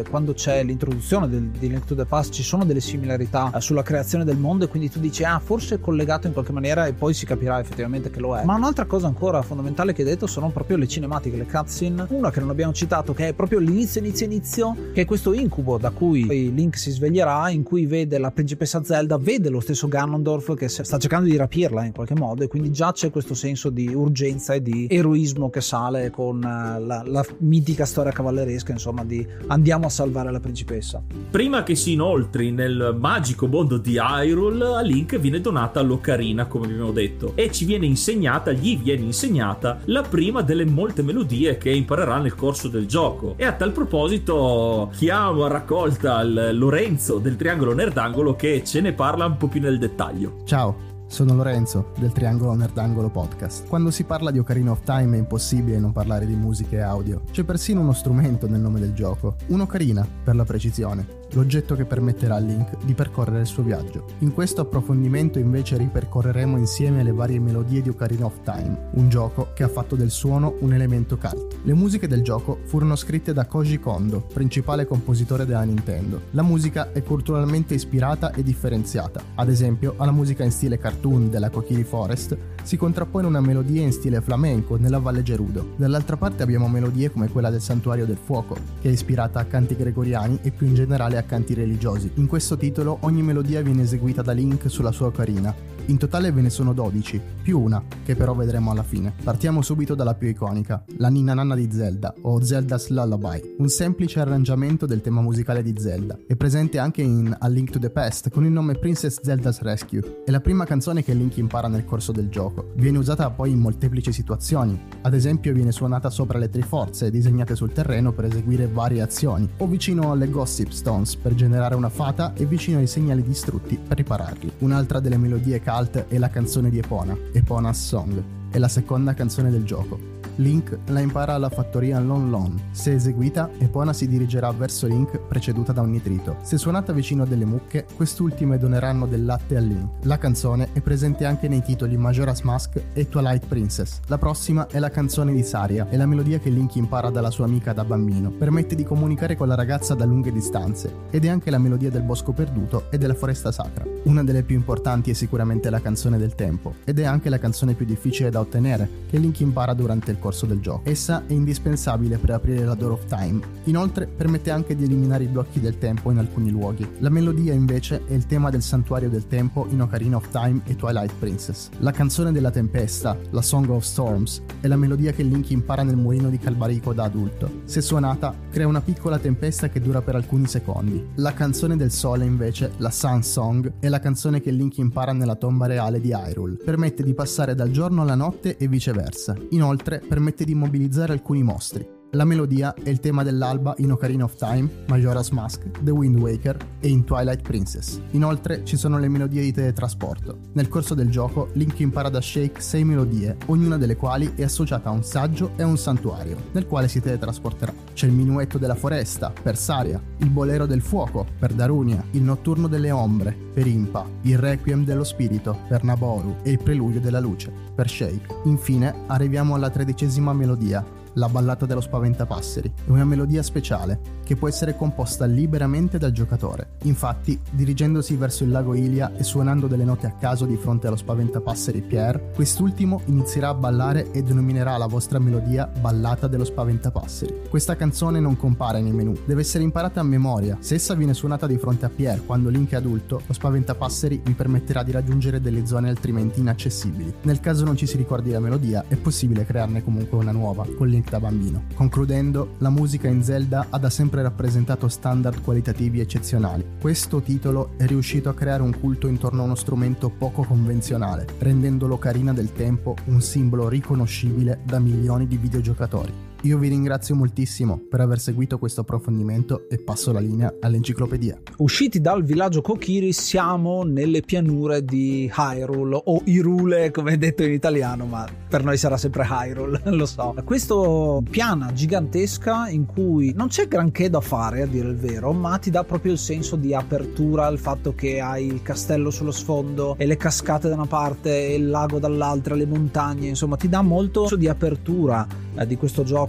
che quando c'è l'introduzione del, di Link to the Past ci sono delle similarità eh, sulla creazione del mondo, e quindi tu dici ah forse è collegato in qualche maniera, e poi si capirà effettivamente che lo è. Ma un'altra cosa ancora fondamentale che hai detto sono proprio le cinematiche, le cutscene. Una che non abbiamo citato, che è proprio l'inizio inizio inizio, che è questo incubo da cui poi Link si sveglierà, in cui vede la principessa Zelda, vede lo stesso Ganondorf che sta cercando di rapirla in qualche modo, e quindi già c'è questo senso di urgenza e di eroismo che sale con la, la mitica storia cavalleresca, insomma, di andiamo a salvare la principessa. Prima che si inoltri nel magico mondo di Hyrule, a Link viene donata l'ocarina, come abbiamo detto, e ci viene insegnata, gli viene insegnata la prima delle molte melodie che imparerà nel corso del gioco. E a tal proposito chiamo a raccolta il Lorenzo del Triangolo Nerdangolo, che ce ne parla un po' più nel dettaglio. Ciao, sono Lorenzo del Triangolo Nerdangolo Podcast. Quando si parla di Ocarina of Time è impossibile non parlare di musica e audio. C'è persino uno strumento nel nome del gioco, un'ocarina per la precisione, l'oggetto che permetterà a Link di percorrere il suo viaggio. In questo approfondimento invece ripercorreremo insieme le varie melodie di Ocarina of Time, un gioco che ha fatto del suono un elemento cult. Le musiche del gioco furono scritte da Koji Kondo, principale compositore della Nintendo. La musica è culturalmente ispirata e differenziata. Ad esempio, alla musica in stile cartoon della Kokiri Forest si contrappone una melodia in stile flamenco nella Valle Gerudo. Dall'altra parte abbiamo melodie come quella del Santuario del Fuoco, che è ispirata a canti gregoriani e più in generale a canti religiosi. In questo titolo ogni melodia viene eseguita da Link sulla sua ocarina. In totale ve ne sono dodici, più una, che però vedremo alla fine. Partiamo subito dalla più iconica, la Ninna Nanna di Zelda, o Zelda's Lullaby, un semplice arrangiamento del tema musicale di Zelda. È presente anche in A Link to the Past con il nome Princess Zelda's Rescue. È la prima canzone che Link impara nel corso del gioco. Viene usata poi in molteplici situazioni. Ad esempio viene suonata sopra le triforze disegnate sul terreno per eseguire varie azioni, o vicino alle Gossip Stones per generare una fata, e vicino ai segnali distrutti per ripararli. Un'altra delle melodie cult è la canzone di Epona, Epona's Song. È la seconda canzone del gioco. Link la impara alla fattoria Lon Lon. Se eseguita, Epona si dirigerà verso Link preceduta da un nitrito. Se suonata vicino a delle mucche, quest'ultime doneranno del latte a Link. La canzone è presente anche nei titoli Majora's Mask e Twilight Princess. La prossima è la canzone di Saria, è la melodia che Link impara dalla sua amica da bambino. Permette di comunicare con la ragazza da lunghe distanze, ed è anche la melodia del bosco perduto e della foresta sacra. Una delle più importanti è sicuramente la canzone del tempo, ed è anche la canzone più difficile da ottenere, che Link impara durante il corso del gioco. Essa è indispensabile per aprire la Door of Time. Inoltre permette anche di eliminare i blocchi del tempo in alcuni luoghi. La melodia invece è il tema del Santuario del Tempo in Ocarina of Time e Twilight Princess. La canzone della tempesta, la Song of Storms, è la melodia che Link impara nel mulino di Calbarico da adulto. Se suonata, crea una piccola tempesta che dura per alcuni secondi. La canzone del sole invece, la Sun Song, è la canzone che Link impara nella tomba reale di Hyrule. Permette di passare dal giorno alla notte e viceversa. Inoltre permette di immobilizzare alcuni mostri. La melodia è il tema dell'alba in Ocarina of Time, Majora's Mask, The Wind Waker e in Twilight Princess. Inoltre ci sono le melodie di teletrasporto. Nel corso del gioco Link impara da Sheik sei melodie, ognuna delle quali è associata a un saggio e a un santuario, nel quale si teletrasporterà. C'è il minuetto della foresta, per Saria, il bolero del fuoco, per Darunia, il notturno delle ombre, per Impa, il requiem dello spirito, per Naboru e il preludio della luce, per Sheik. Infine arriviamo alla tredicesima melodia, la ballata dello spaventapasseri. È una melodia speciale che può essere composta liberamente dal giocatore. Infatti, dirigendosi verso il lago Ilia e suonando delle note a caso di fronte allo spaventapasseri Pierre, quest'ultimo inizierà a ballare e denominerà la vostra melodia Ballata dello spaventapasseri. Questa canzone non compare nei menu, deve essere imparata a memoria. Se essa viene suonata di fronte a Pierre quando Link è adulto, lo spaventapasseri vi permetterà di raggiungere delle zone altrimenti inaccessibili. Nel caso non ci si ricordi la melodia, è possibile crearne comunque una nuova, con Link da bambino. Concludendo, la musica in Zelda ha da sempre rappresentato standard qualitativi eccezionali. Questo titolo è riuscito a creare un culto intorno a uno strumento poco convenzionale, rendendo l'Ocarina del Tempo un simbolo riconoscibile da milioni di videogiocatori. Io vi ringrazio moltissimo per aver seguito questo approfondimento e passo la linea all'enciclopedia. Usciti dal villaggio Kokiri siamo nelle pianure di Hyrule, o Hyrule come è detto in italiano, ma per noi sarà sempre Hyrule, lo so. Questo piana gigantesca in cui non c'è granché da fare, a dire il vero, ma ti dà proprio il senso di apertura, il fatto che hai il castello sullo sfondo e le cascate da una parte e il lago dall'altra, le montagne, insomma ti dà molto di apertura eh, di questo gioco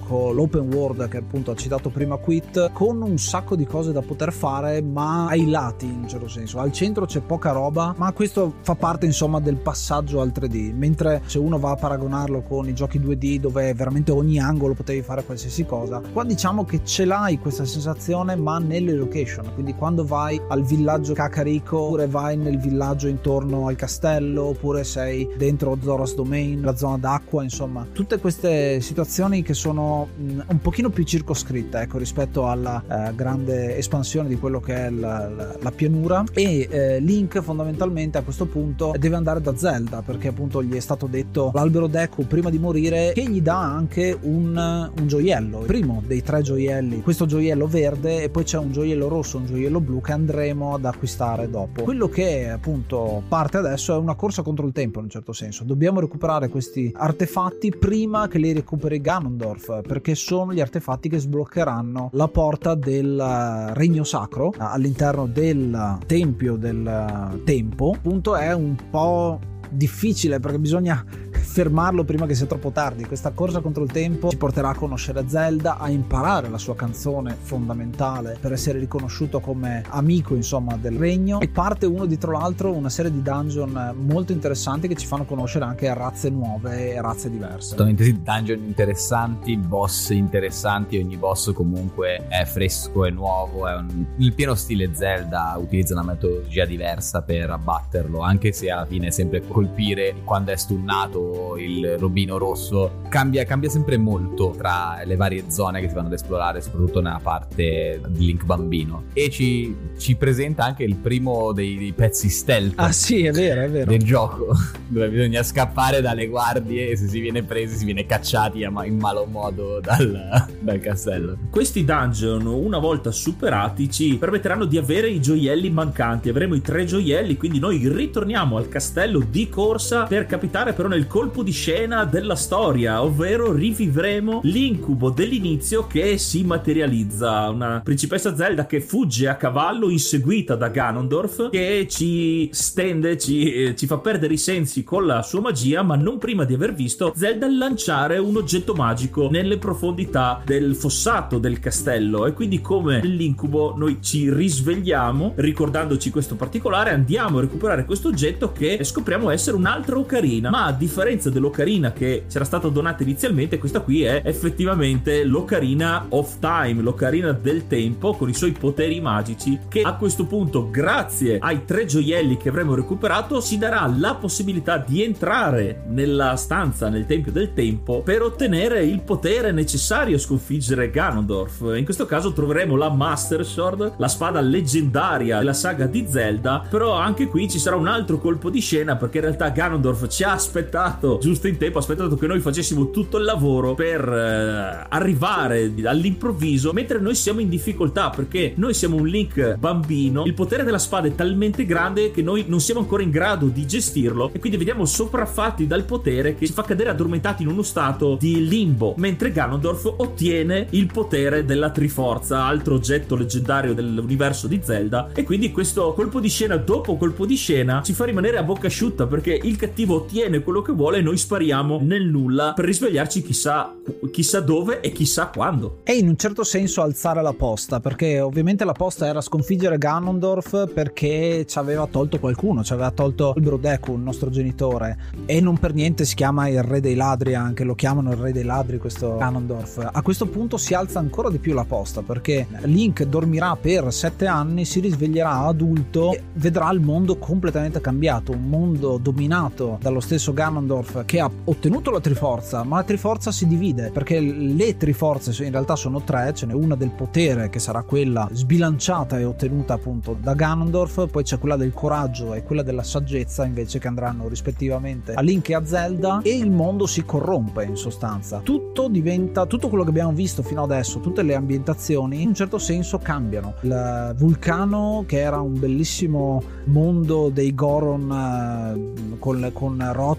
gioco, l'open world che appunto ha citato prima Quit, con un sacco di cose da poter fare ma ai lati, in un certo senso. Al centro c'è poca roba, ma questo fa parte insomma del passaggio al tre D, mentre se uno va a paragonarlo con i giochi due D dove veramente ogni angolo potevi fare qualsiasi cosa, qua diciamo che ce l'hai questa sensazione ma nelle location, quindi quando vai al villaggio Kakariko oppure vai nel villaggio intorno al castello oppure sei dentro Zora's Domain, la zona d'acqua, insomma tutte queste situazioni che sono mh, un pochino più circoscritte, ecco, rispetto alla eh, grande espansione di quello che è la, la, la pianura. E eh, Link fondamentalmente a questo punto deve andare da Zelda, perché appunto gli è stato detto l'albero Deku prima di morire che gli dà anche un, un gioiello, il primo dei tre gioielli, questo gioiello verde, e poi c'è un gioiello rosso, un gioiello blu che andremo ad acquistare dopo. Quello che appunto parte adesso è una corsa contro il tempo, in un certo senso. Dobbiamo recuperare questi artefatti prima che li recuperi Ganondorf, perché sono gli artefatti che sbloccheranno la porta del regno sacro all'interno del tempio del tempo. Appunto è un po' difficile perché bisogna fermarlo prima che sia troppo tardi. Questa corsa contro il tempo ci porterà a conoscere Zelda, a imparare la sua canzone fondamentale per essere riconosciuto come amico insomma del regno, e parte uno dietro l'altro una serie di dungeon molto interessanti che ci fanno conoscere anche razze nuove e razze diverse. Assolutamente sì, dungeon interessanti, boss interessanti, ogni boss comunque è fresco, è nuovo, è un... il pieno stile Zelda, utilizza una metodologia diversa per abbatterlo, anche se alla fine è sempre colpire quando è stunnato il robino rosso. Cambia, cambia sempre molto tra le varie zone che si vanno ad esplorare, soprattutto nella parte di Link bambino, e ci, ci presenta anche il primo dei, dei pezzi stealth. Ah sì, è vero, è vero. Del gioco, dove bisogna scappare dalle guardie e se si viene presi si viene cacciati in malo modo dal, dal castello. Questi dungeon, una volta superati, ci permetteranno di avere i gioielli mancanti. Avremo i tre gioielli, quindi noi ritorniamo al castello di corsa per capitare però nel colpo di scena della storia, ovvero rivivremo l'incubo dell'inizio che si materializza. Una principessa Zelda che fugge a cavallo inseguita da Ganondorf, che ci stende, ci, eh, ci fa perdere i sensi con la sua magia, ma non prima di aver visto Zelda lanciare un oggetto magico nelle profondità del fossato del castello. E quindi, come nell'incubo, noi ci risvegliamo ricordandoci questo particolare, andiamo a recuperare questo oggetto che scopriamo essere un'altra ocarina, ma a differenza dell'ocarina che c'era stata donata inizialmente, questa qui è effettivamente l'ocarina of time, l'ocarina del tempo, con i suoi poteri magici, che a questo punto, grazie ai tre gioielli che avremo recuperato, ci darà la possibilità di entrare nella stanza, nel tempio del tempo, per ottenere il potere necessario a sconfiggere Ganondorf. In questo caso troveremo la Master Sword, la spada leggendaria della saga di Zelda, però anche qui ci sarà un altro colpo di scena, perché in realtà Ganondorf ci ha aspettato giusto in tempo, ha aspettato che noi facessimo tutto il lavoro per eh, arrivare all'improvviso mentre noi siamo in difficoltà, perché noi siamo un Link bambino, il potere della spada è talmente grande che noi non siamo ancora in grado di gestirlo, e quindi vediamo sopraffatti dal potere che ci fa cadere addormentati in uno stato di limbo, mentre Ganondorf ottiene il potere della Triforza, altro oggetto leggendario dell'universo di Zelda. E quindi questo colpo di scena dopo colpo di scena ci fa rimanere a bocca asciutta, perché il cattivo ottiene quello che vuole e noi spariamo nel nulla per risvegliarci chissà chissà dove e chissà quando. E in un certo senso alzare la posta, perché ovviamente la posta era sconfiggere Ganondorf perché ci aveva tolto qualcuno, ci aveva tolto il Deku, il nostro genitore, e non per niente si chiama il re dei ladri, anche lo chiamano il re dei ladri questo Ganondorf. A questo punto si alza ancora di più la posta, perché Link dormirà per sette anni, si risveglierà adulto e vedrà il mondo completamente cambiato, un mondo dominato dallo stesso Ganondorf che ha ottenuto la Triforza, ma la Triforza si divide, perché le Triforze in realtà sono tre, ce n'è una del potere che sarà quella sbilanciata e ottenuta appunto da Ganondorf, poi c'è quella del coraggio e quella della saggezza invece che andranno rispettivamente a Link e a Zelda, e il mondo si corrompe in sostanza. Tutto diventa, tutto quello che abbiamo visto fino adesso, tutte le ambientazioni in un certo senso cambiano. Il vulcano, che era un bellissimo mondo dei Goron eh, con, con rocce, con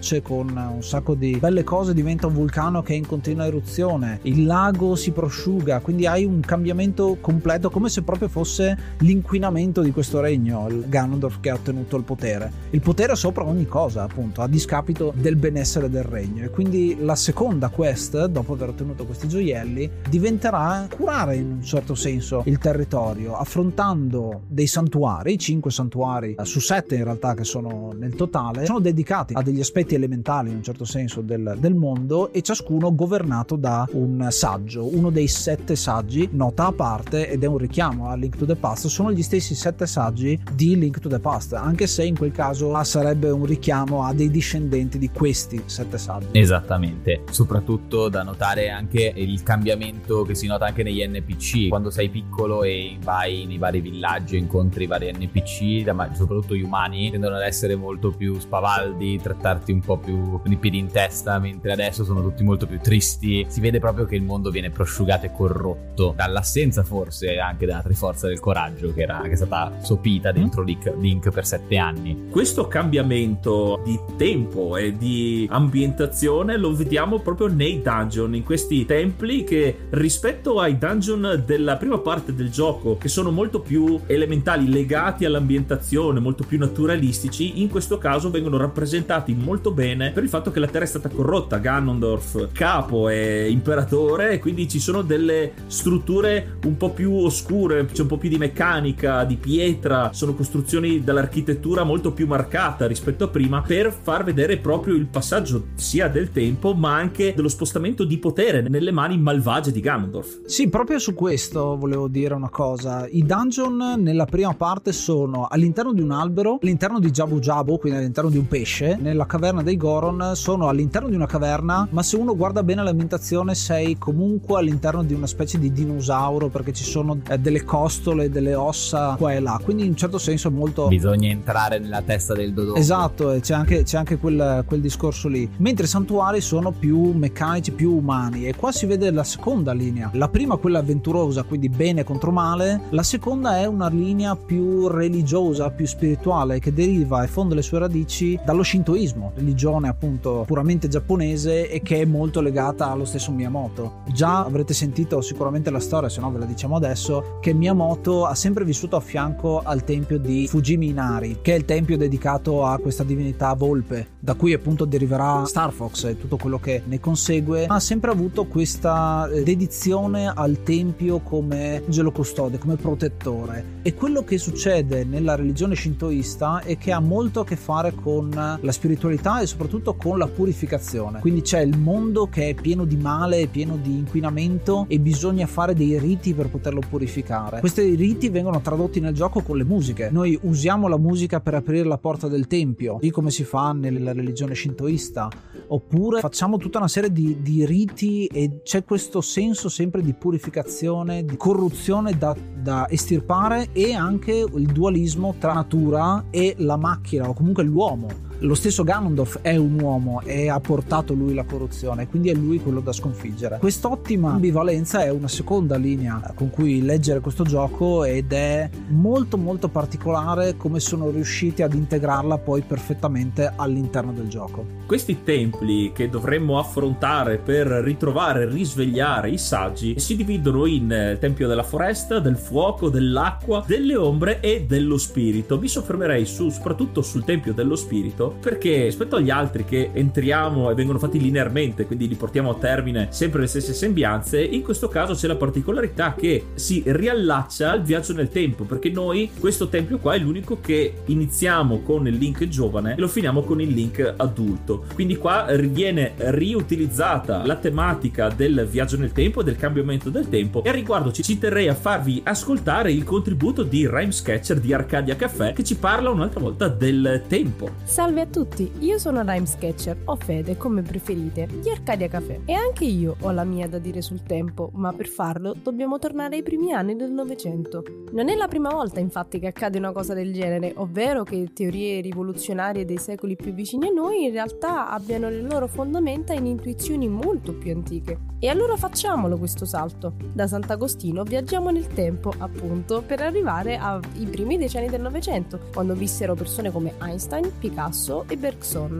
con un sacco di belle cose, diventa un vulcano che è in continua eruzione, il lago si prosciuga, quindi hai un cambiamento completo, come se proprio fosse l'inquinamento di questo regno, il Ganondorf che ha ottenuto il potere il potere sopra ogni cosa, appunto, a discapito del benessere del regno. E quindi la seconda quest, dopo aver ottenuto questi gioielli, diventerà curare in un certo senso il territorio, affrontando dei santuari, cinque santuari su sette in realtà che sono nel totale, sono dedicati a degli aspetti elementali in un certo senso del, del mondo, e ciascuno governato da un saggio, uno dei sette saggi, nota a parte, ed è un richiamo a Link to the Past, sono gli stessi sette saggi di Link to the Past, anche se in quel caso sarebbe un richiamo a dei discendenti di questi sette saggi. Esattamente, soprattutto da notare anche il cambiamento che si nota anche negli N P C. Quando sei piccolo e vai nei vari villaggi e incontri i vari N P C, soprattutto gli umani, tendono ad essere molto più spavaldi, trattarti un po' più con i piedi in testa, mentre adesso sono tutti molto più tristi. Si vede proprio che il mondo viene prosciugato e corrotto dall'assenza, forse anche della Triforza del Coraggio, che era che è stata sopita dentro Link, Link per sette anni. Questo cambiamento di tempo e di ambientazione lo vediamo proprio nei dungeon, in questi templi che rispetto ai dungeon della prima parte del gioco, che sono molto più elementali, legati all'ambientazione, molto più naturalistici, in questo caso vengono rappresentati molto bene per il fatto che la terra è stata corrotta, Ganondorf capo e imperatore, e quindi ci sono delle strutture un po' più oscure, c'è un po' più di meccanica, di pietra, sono costruzioni dall'architettura molto più marcata rispetto a prima, per far vedere proprio il passaggio sia del tempo ma anche dello spostamento di potere nelle mani malvagie di Ganondorf. Sì, proprio su questo volevo dire una cosa. I dungeon nella prima parte sono all'interno di un albero, all'interno di Jabu Jabu, quindi all'interno di un pesce. Nella caverna dei Goron sono all'interno di una caverna, ma se uno guarda bene l'ambientazione sei comunque all'interno di una specie di dinosauro, perché ci sono eh, delle costole, delle ossa qua e là, quindi in un certo senso è molto... Bisogna entrare nella testa del Dodongo. Esatto, e c'è anche, c'è anche quel, quel discorso lì. Mentre i santuari sono più meccanici, più umani, e qua si vede la seconda linea. La prima, quella avventurosa, quindi bene contro male. La seconda è una linea più religiosa, più spirituale, che deriva e fonda le sue radici dallo shintoismo, religione appunto puramente giapponese, e che è molto legata allo stesso Miyamoto. Già avrete sentito sicuramente la storia, se no ve la diciamo adesso, che Miyamoto ha sempre vissuto a fianco al tempio di Fujimi Inari, che è il tempio dedicato a questa divinità volpe, da cui appunto deriverà Star Fox e tutto quello che ne consegue. Ha sempre avuto questa dedizione al tempio come angelo custode, come protettore. E quello che succede nella religione shintoista è che ha molto a che fare con la spiritualità e soprattutto con la purificazione. Quindi c'è il mondo che è pieno di male, è pieno di inquinamento, e bisogna fare dei riti per poterlo purificare. Questi riti vengono tradotti nel gioco con le musiche. Noi usiamo la musica per aprire la porta del tempio, lì come si fa nella religione shintoista, oppure facciamo tutta una serie di, di riti, e c'è questo senso sempre di purificazione, di corruzione da, da estirpare, e anche il dualismo tra natura e la macchina, o comunque l'uomo. Lo stesso Ganondorf è un uomo e ha portato lui la corruzione, quindi è lui quello da sconfiggere. Quest'ottima ambivalenza è una seconda linea con cui leggere questo gioco, ed è molto molto particolare come sono riusciti ad integrarla poi perfettamente all'interno del gioco. Questi templi che dovremmo affrontare per ritrovare e risvegliare i saggi si dividono in tempio della foresta, del fuoco, dell'acqua, delle ombre e dello spirito. Mi soffermerei su, soprattutto sul tempio dello spirito, perché rispetto agli altri che entriamo e vengono fatti linearmente, quindi li portiamo a termine sempre le stesse sembianze, in questo caso c'è la particolarità che si riallaccia al viaggio nel tempo, perché noi questo tempio qua è l'unico che iniziamo con il Link giovane e lo finiamo con il Link adulto. Quindi qua viene riutilizzata la tematica del viaggio nel tempo e del cambiamento del tempo, e a riguardo ci, ci terrei a farvi ascoltare il contributo di Rhymescatcher di Arcadia Caffè, che ci parla un'altra volta del tempo. Salve a tutti, io sono Rhymescatcher, o Fede come preferite, di Arcadia Caffè, e anche io ho la mia da dire sul tempo, ma per farlo dobbiamo tornare ai primi anni del Novecento. Non è la prima volta infatti che accade una cosa del genere, ovvero che teorie rivoluzionarie dei secoli più vicini a noi in realtà abbiano le loro fondamenta in intuizioni molto più antiche. E allora facciamolo questo salto. Da Sant'Agostino viaggiamo nel tempo, appunto, per arrivare ai primi decenni del Novecento, quando vissero persone come Einstein, Picasso e Bergson.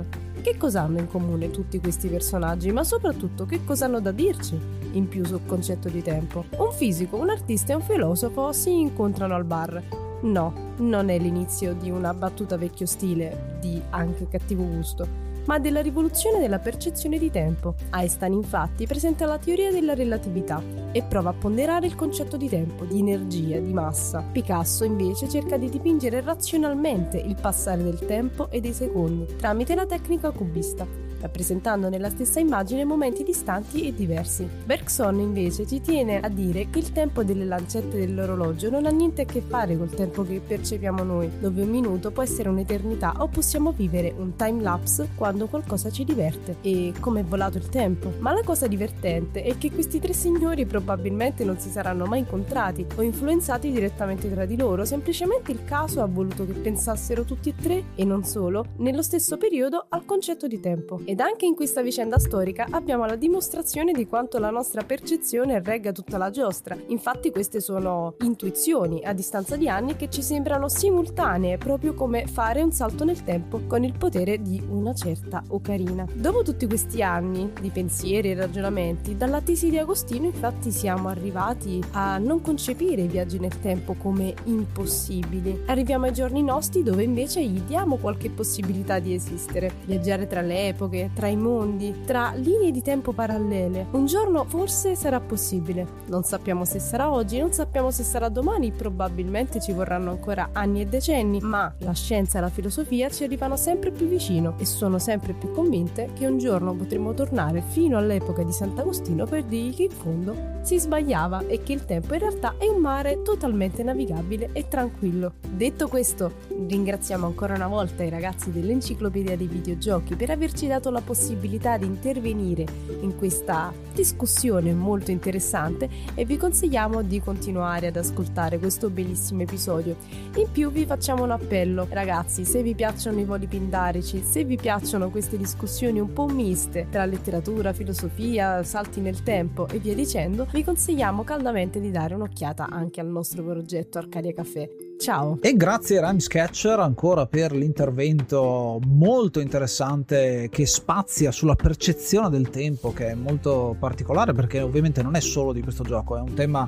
Che cosa hanno in comune tutti questi personaggi, ma soprattutto che cosa hanno da dirci in più sul concetto di tempo? Un fisico, un artista e un filosofo si incontrano al bar. No, non è l'inizio di una battuta vecchio stile, di anche cattivo gusto, ma della rivoluzione della percezione di tempo. Einstein infatti presenta la teoria della relatività e prova a ponderare il concetto di tempo, di energia, di massa. Picasso invece cerca di dipingere razionalmente il passare del tempo e dei secondi tramite la tecnica cubista, rappresentando nella stessa immagine momenti distanti e diversi. Bergson invece ci tiene a dire che il tempo delle lancette dell'orologio non ha niente a che fare col tempo che percepiamo noi, dove un minuto può essere un'eternità o possiamo vivere un time lapse quando qualcosa ci diverte. E come è volato il tempo. Ma la cosa divertente è che questi tre signori probabilmente non si saranno mai incontrati o influenzati direttamente tra di loro, semplicemente il caso ha voluto che pensassero tutti e tre, e non solo, nello stesso periodo al concetto di tempo. Ed anche in questa vicenda storica abbiamo la dimostrazione di quanto la nostra percezione regga tutta la giostra. Infatti queste sono intuizioni a distanza di anni che ci sembrano simultanee, proprio come fare un salto nel tempo con il potere di una certa ocarina. Dopo tutti questi anni di pensieri e ragionamenti, dalla tesi di Agostino infatti siamo arrivati a non concepire i viaggi nel tempo come impossibili. Arriviamo ai giorni nostri dove invece gli diamo qualche possibilità di esistere. Viaggiare tra le epoche, tra i mondi, tra linee di tempo parallele. Un giorno forse sarà possibile. Non sappiamo se sarà oggi, non sappiamo se sarà domani, probabilmente ci vorranno ancora anni e decenni, ma la scienza e la filosofia ci arrivano sempre più vicino e sono sempre più convinte che un giorno potremo tornare fino all'epoca di Sant'Agostino per dirgli che in fondo si sbagliava e che il tempo in realtà è un mare totalmente navigabile e tranquillo. Detto questo, ringraziamo ancora una volta i ragazzi dell'Enciclopedia dei Videogiochi per averci dato la possibilità di intervenire in questa discussione molto interessante e vi consigliamo di continuare ad ascoltare questo bellissimo episodio. In più vi facciamo un appello, ragazzi, se vi piacciono i voli pindarici, se vi piacciono queste discussioni un po' miste tra letteratura, filosofia, salti nel tempo e via dicendo, vi consigliamo caldamente di dare un'occhiata anche al nostro progetto Arcadia Café. Ciao! E grazie Rhyme Sketcher ancora per l'intervento molto interessante che spazia sulla percezione del tempo, che è molto particolare perché ovviamente non è solo di questo gioco, è un tema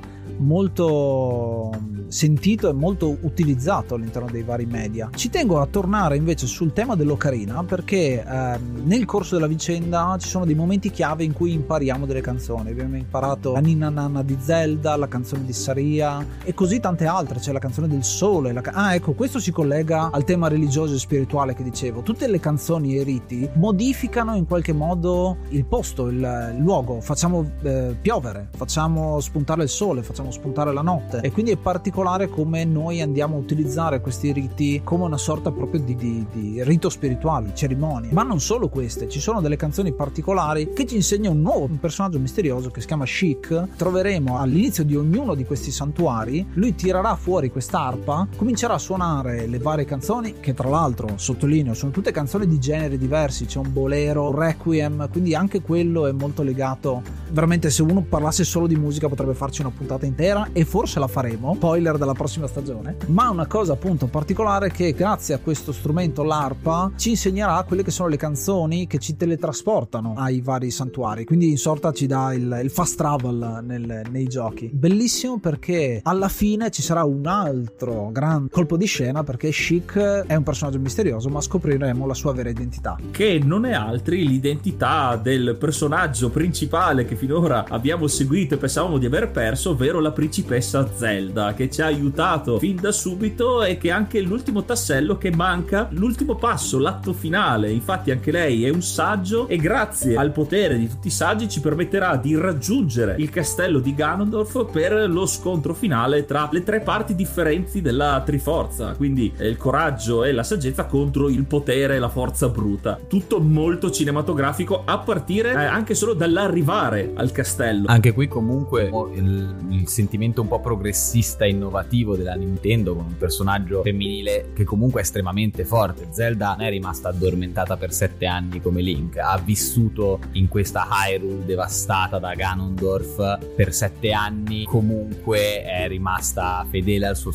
molto sentito e molto utilizzato all'interno dei vari media. Ci tengo a tornare invece sul tema dell'ocarina perché ehm, nel corso della vicenda ci sono dei momenti chiave in cui impariamo delle canzoni. Abbiamo imparato la Ninna Nanna di Zelda, la canzone di Saria e così tante altre, c'è la canzone del sole, la ca- ah ecco, questo si collega al tema religioso e spirituale che dicevo. Tutte le canzoni e i riti modificano in qualche modo il posto, il, il luogo, facciamo eh, piovere, facciamo spuntare il sole, facciamo spuntare la notte, e quindi è particolare come noi andiamo a utilizzare questi riti come una sorta proprio di, di, di rito spirituale, cerimonie. Ma non solo queste, ci sono delle canzoni particolari che ci insegna un nuovo un personaggio misterioso che si chiama Sheik. Troveremo all'inizio di ognuno di questi santuari, lui tirerà fuori quest'arpa, comincerà a suonare le varie canzoni che tra l'altro, sottolineo, sono tutte canzoni di generi diversi, c'è un bolero, un requiem, quindi anche quello è molto legato. Veramente, se uno parlasse solo di musica potrebbe farci una puntata intera, e forse la faremo, spoiler della prossima stagione. Ma una cosa appunto particolare è che grazie a questo strumento, l'arpa, ci insegnerà quelle che sono le canzoni che ci teletrasportano ai vari santuari, quindi in sorta ci dà il, il fast travel nel, nei giochi. Bellissimo, perché alla fine ci sarà un altro gran colpo di scena, perché Sheik è un personaggio misterioso, ma scopriremo la sua vera identità, che non è altri l'identità del personaggio principale che finora abbiamo seguito e pensavamo di aver perso, ovvero la principessa Zelda, che ci ha aiutato fin da subito e che è anche l'ultimo tassello che manca, l'ultimo passo, l'atto finale. Infatti anche lei è un saggio e grazie al potere di tutti i saggi ci permetterà di raggiungere il castello di Ganondorf per lo scontro finale tra le tre parti differenti della Triforza, quindi il coraggio e la saggezza contro il potere e la forza bruta. Tutto molto cinematografico, a partire eh, anche solo dall'arrivare al castello. Anche qui comunque il, il sentimento un po' progressista e innovativo della Nintendo, con un personaggio femminile che comunque è estremamente forte. Zelda non è rimasta addormentata per sette anni come Link, ha vissuto in questa Hyrule devastata da Ganondorf per sette anni, comunque è rimasta fedele al suo scopo,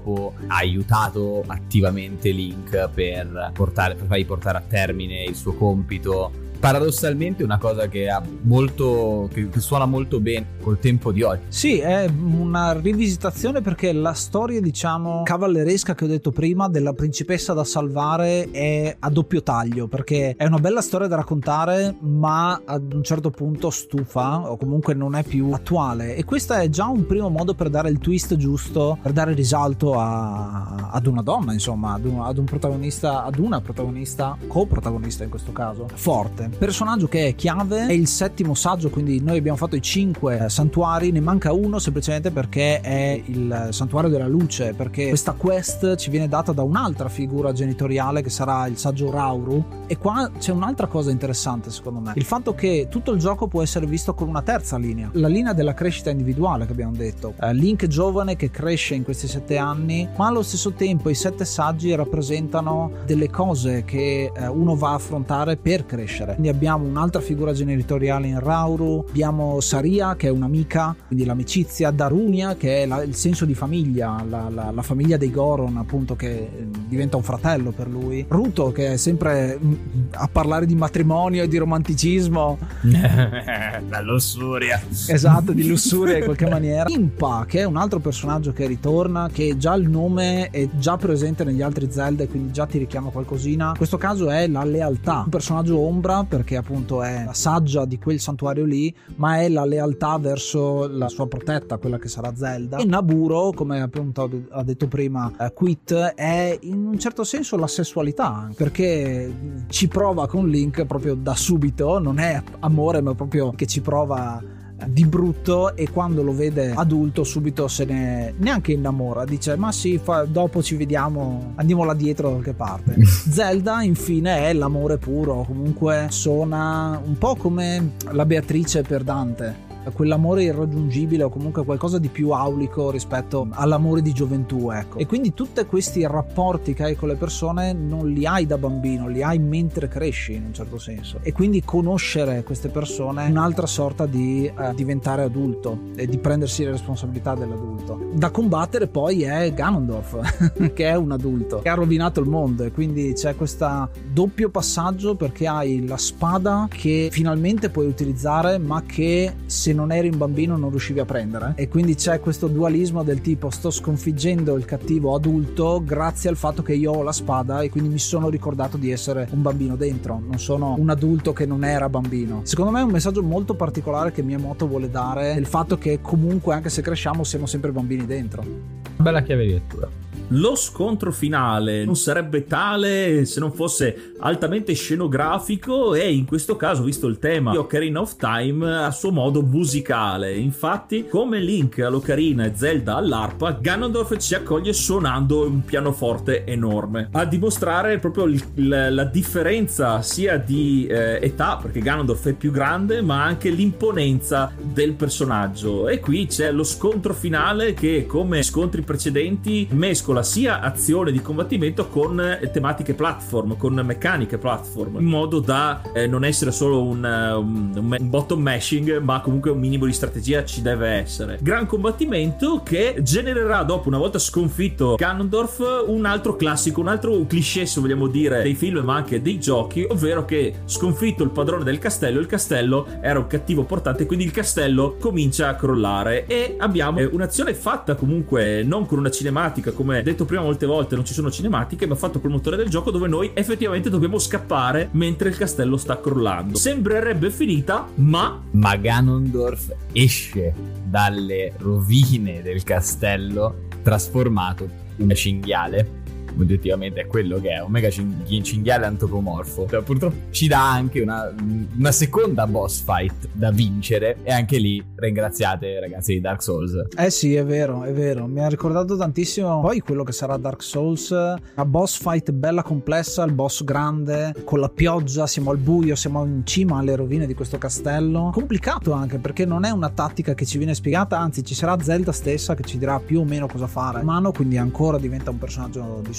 dopo ha aiutato attivamente Link per portare per fargli portare a termine il suo compito. Paradossalmente una cosa che ha molto che, che suona molto bene col tempo di oggi. Sì, è una rivisitazione, perché la storia, diciamo, cavalleresca che ho detto prima della principessa da salvare è a doppio taglio, perché è una bella storia da raccontare, ma ad un certo punto stufa, o comunque non è più attuale, e questo è già un primo modo per dare il twist giusto, per dare risalto a, ad una donna, insomma, ad un, ad un protagonista, ad una protagonista, coprotagonista in questo caso, forte. Personaggio che è chiave, è il settimo saggio, quindi noi abbiamo fatto i cinque santuari, ne manca uno semplicemente perché è il santuario della luce, perché questa quest ci viene data da un'altra figura genitoriale che sarà il saggio Rauru. E qua c'è un'altra cosa interessante secondo me, il fatto che tutto il gioco può essere visto con una terza linea, la linea della crescita individuale che abbiamo detto, eh, Link giovane che cresce in questi sette anni, ma allo stesso tempo i sette saggi rappresentano delle cose che eh, uno va a affrontare per crescere. Quindi abbiamo un'altra figura genitoriale in Rauru, abbiamo Saria che è un'amica, quindi l'amicizia, Darunia che è la, il senso di famiglia, la, la, la famiglia dei Goron appunto, che diventa un fratello per lui, Ruto che è sempre a parlare di matrimonio e di romanticismo la lussuria, esatto, di lussuria in qualche maniera. Impa che è un altro personaggio che ritorna, che già il nome è già presente negli altri Zelda e quindi già ti richiama qualcosina. In questo caso è la lealtà, un personaggio ombra perché appunto è la saggia di quel santuario lì, ma è la lealtà verso la sua protetta, quella che sarà Zelda. E Naburo, come appunto ha detto prima uh, Quit, è in un certo senso la sessualità, perché ci prova con Link proprio da subito, non è amore ma proprio che ci prova di brutto, e quando lo vede adulto subito se ne neanche innamora, dice ma sì, fa, dopo ci vediamo, andiamo là dietro da qualche parte. Zelda infine è l'amore puro, comunque suona un po' come la Beatrice per Dante, quell'amore irraggiungibile o comunque qualcosa di più aulico rispetto all'amore di gioventù, ecco. E quindi tutti questi rapporti che hai con le persone non li hai da bambino, li hai mentre cresci in un certo senso, e quindi conoscere queste persone è un'altra sorta di eh, diventare adulto e di prendersi le responsabilità dell'adulto. Da combattere poi è Ganondorf che è un adulto che ha rovinato il mondo, e quindi c'è questo doppio passaggio, perché hai la spada che finalmente puoi utilizzare ma che se non eri un bambino non riuscivi a prendere, e quindi c'è questo dualismo del tipo sto sconfiggendo il cattivo adulto grazie al fatto che io ho la spada, e quindi mi sono ricordato di essere un bambino dentro, non sono un adulto che non era bambino. Secondo me è un messaggio molto particolare che Miyamoto vuole dare, il fatto che comunque anche se cresciamo siamo sempre bambini dentro. Bella chiave di lettura. Lo scontro finale non sarebbe tale se non fosse altamente scenografico e in questo caso, visto il tema di Ocarina of Time, a suo modo musicale. Infatti, come Link all'ocarina e Zelda all'arpa, Ganondorf ci accoglie suonando un pianoforte enorme, a dimostrare proprio il, il, la differenza sia di eh, età, perché Ganondorf è più grande, ma anche l'imponenza del personaggio. E qui c'è lo scontro finale che, come scontri precedenti, mescola sia azione di combattimento con tematiche platform, con meccaniche platform, in modo da eh, non essere solo un, un, un bottom mashing, ma comunque un minimo di strategia ci deve essere. Gran combattimento che genererà, dopo, una volta sconfitto Ganondorf, un altro classico, un altro cliché, se vogliamo dire, dei film ma anche dei giochi, ovvero che sconfitto il padrone del castello, il castello era un cattivo portante, quindi il castello comincia a crollare, e abbiamo un'azione fatta comunque non con una cinematica, come detto prima molte volte non ci sono cinematiche, ma fatto col motore del gioco, dove noi effettivamente dobbiamo scappare mentre il castello sta crollando. Sembrerebbe finita, ma ma Ganondorf esce dalle rovine del castello trasformato in un cinghiale. Oggettivamente è quello che è, un mega cing- cinghiale antropomorfo. Cioè, purtroppo ci dà anche una, una seconda boss fight da vincere, e anche lì ringraziate ragazzi di Dark Souls. Eh sì, è vero, è vero, mi ha ricordato tantissimo poi quello che sarà Dark Souls, una boss fight bella complessa, il boss grande con la pioggia, siamo al buio, siamo in cima alle rovine di questo castello, complicato anche perché non è una tattica che ci viene spiegata, anzi ci sarà Zelda stessa che ci dirà più o meno cosa fare a mano, quindi ancora diventa un personaggio di suo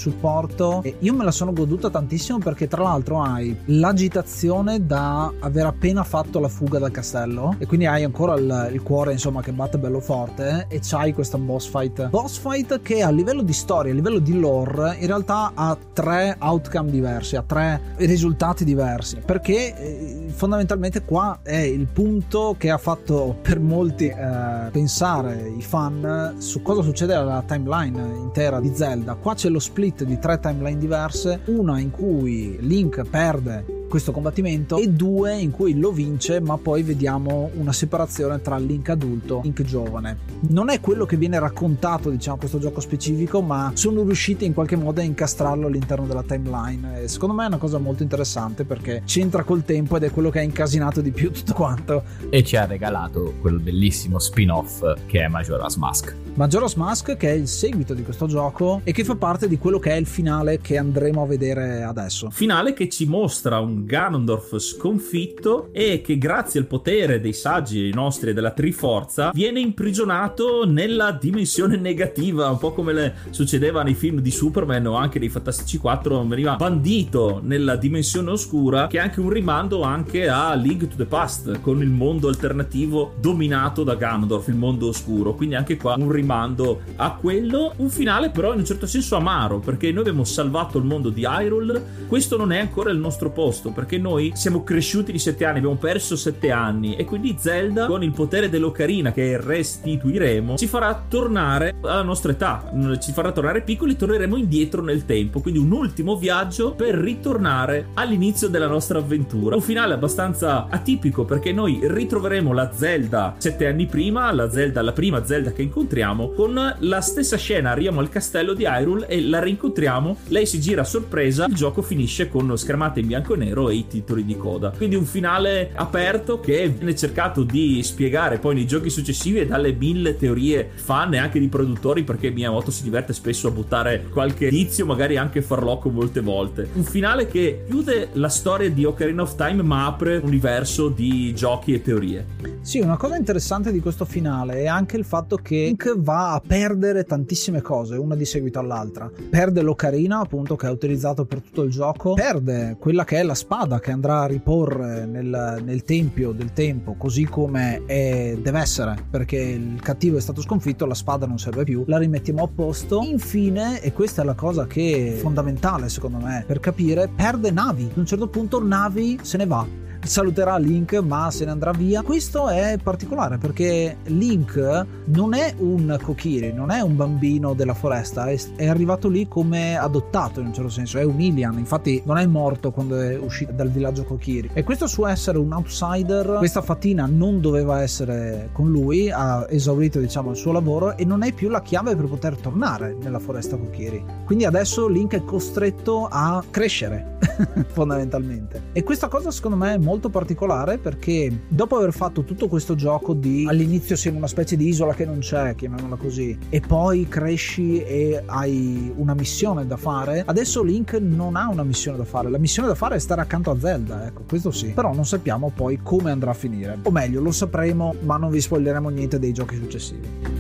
supporto, e io me la sono goduta tantissimo perché tra l'altro hai l'agitazione da aver appena fatto la fuga dal castello e quindi hai ancora il, il cuore insomma che batte bello forte, e c'hai questa boss fight boss fight che a livello di storia, a livello di lore, in realtà ha tre outcome diversi, ha tre risultati diversi, perché eh, fondamentalmente qua è il punto che ha fatto per molti eh, pensare i fan su cosa succede alla timeline intera di Zelda. Qua c'è lo split di tre timeline diverse, una in cui Link perde questo combattimento e due in cui lo vince, ma poi vediamo una separazione tra Link adulto e Link giovane. Non è quello che viene raccontato, diciamo, questo gioco specifico, ma sono riusciti in qualche modo a incastrarlo all'interno della timeline, e secondo me è una cosa molto interessante perché c'entra col tempo ed è quello che ha incasinato di più tutto quanto. E ci ha regalato quel bellissimo spin-off che è Majora's Mask. Majora's Mask, che è il seguito di questo gioco e che fa parte di quello che è il finale che andremo a vedere adesso. Finale che ci mostra un Ganondorf sconfitto e che grazie al potere dei saggi nostri e della Triforza viene imprigionato nella dimensione negativa, un po' come le succedeva nei film di Superman o anche dei Fantastici quattro, veniva bandito nella dimensione oscura, che è anche un rimando anche a Link to the Past, con il mondo alternativo dominato da Ganondorf, il mondo oscuro, quindi anche qua un rimando a quello. Un finale però in un certo senso amaro, perché noi abbiamo salvato il mondo di Hyrule, questo non è ancora il nostro posto, perché noi siamo cresciuti di sette anni, abbiamo perso sette anni, e quindi Zelda con il potere dell'ocarina che restituiremo ci farà tornare alla nostra età, ci farà tornare piccoli, torneremo indietro nel tempo, quindi un ultimo viaggio per ritornare all'inizio della nostra avventura. Un finale abbastanza atipico perché noi ritroveremo la Zelda sette anni prima, la Zelda, la prima Zelda che incontriamo, con la stessa scena, arriviamo al castello di Hyrule e la rincontriamo, lei si gira a sorpresa, il gioco finisce con schermate in bianco e nero e i titoli di coda, quindi un finale aperto che viene cercato di spiegare poi nei giochi successivi e dalle mille teorie fan e anche di produttori, perché Miyamoto si diverte spesso a buttare qualche tizio magari anche farlocco molte volte. Un finale che chiude la storia di Ocarina of Time ma apre un universo di giochi e teorie. Sì, una cosa interessante di questo finale è anche il fatto che Link va a perdere tantissime cose una di seguito all'altra. Perde l'ocarina, appunto, che ha utilizzato per tutto il gioco, perde quella che è la spada che andrà a riporre nel, nel tempio del tempo, così come è, deve essere, perché il cattivo è stato sconfitto, la spada non serve più, la rimettiamo a posto. Infine, e questa è la cosa che è fondamentale secondo me per capire, perde Navi. Ad un certo punto Navi se ne va, saluterà Link ma se ne andrà via. Questo è particolare perché Link non è un Kokiri, non è un bambino della foresta, è, è arrivato lì come adottato in un certo senso, è un Ilian, infatti non è morto quando è uscito dal villaggio Kokiri, e questo suo essere un outsider, questa fatina non doveva essere con lui, ha esaurito diciamo il suo lavoro e non è più la chiave per poter tornare nella foresta Kokiri, quindi adesso Link è costretto a crescere fondamentalmente, e questa cosa secondo me è molto particolare perché dopo aver fatto tutto questo gioco di all'inizio sei in una specie di isola che non c'è, chiamiamola così, e poi cresci e hai una missione da fare, adesso Link non ha una missione da fare, la missione da fare è stare accanto a Zelda, ecco, questo sì, però non sappiamo poi come andrà a finire, o meglio lo sapremo ma non vi spoileremo niente dei giochi successivi.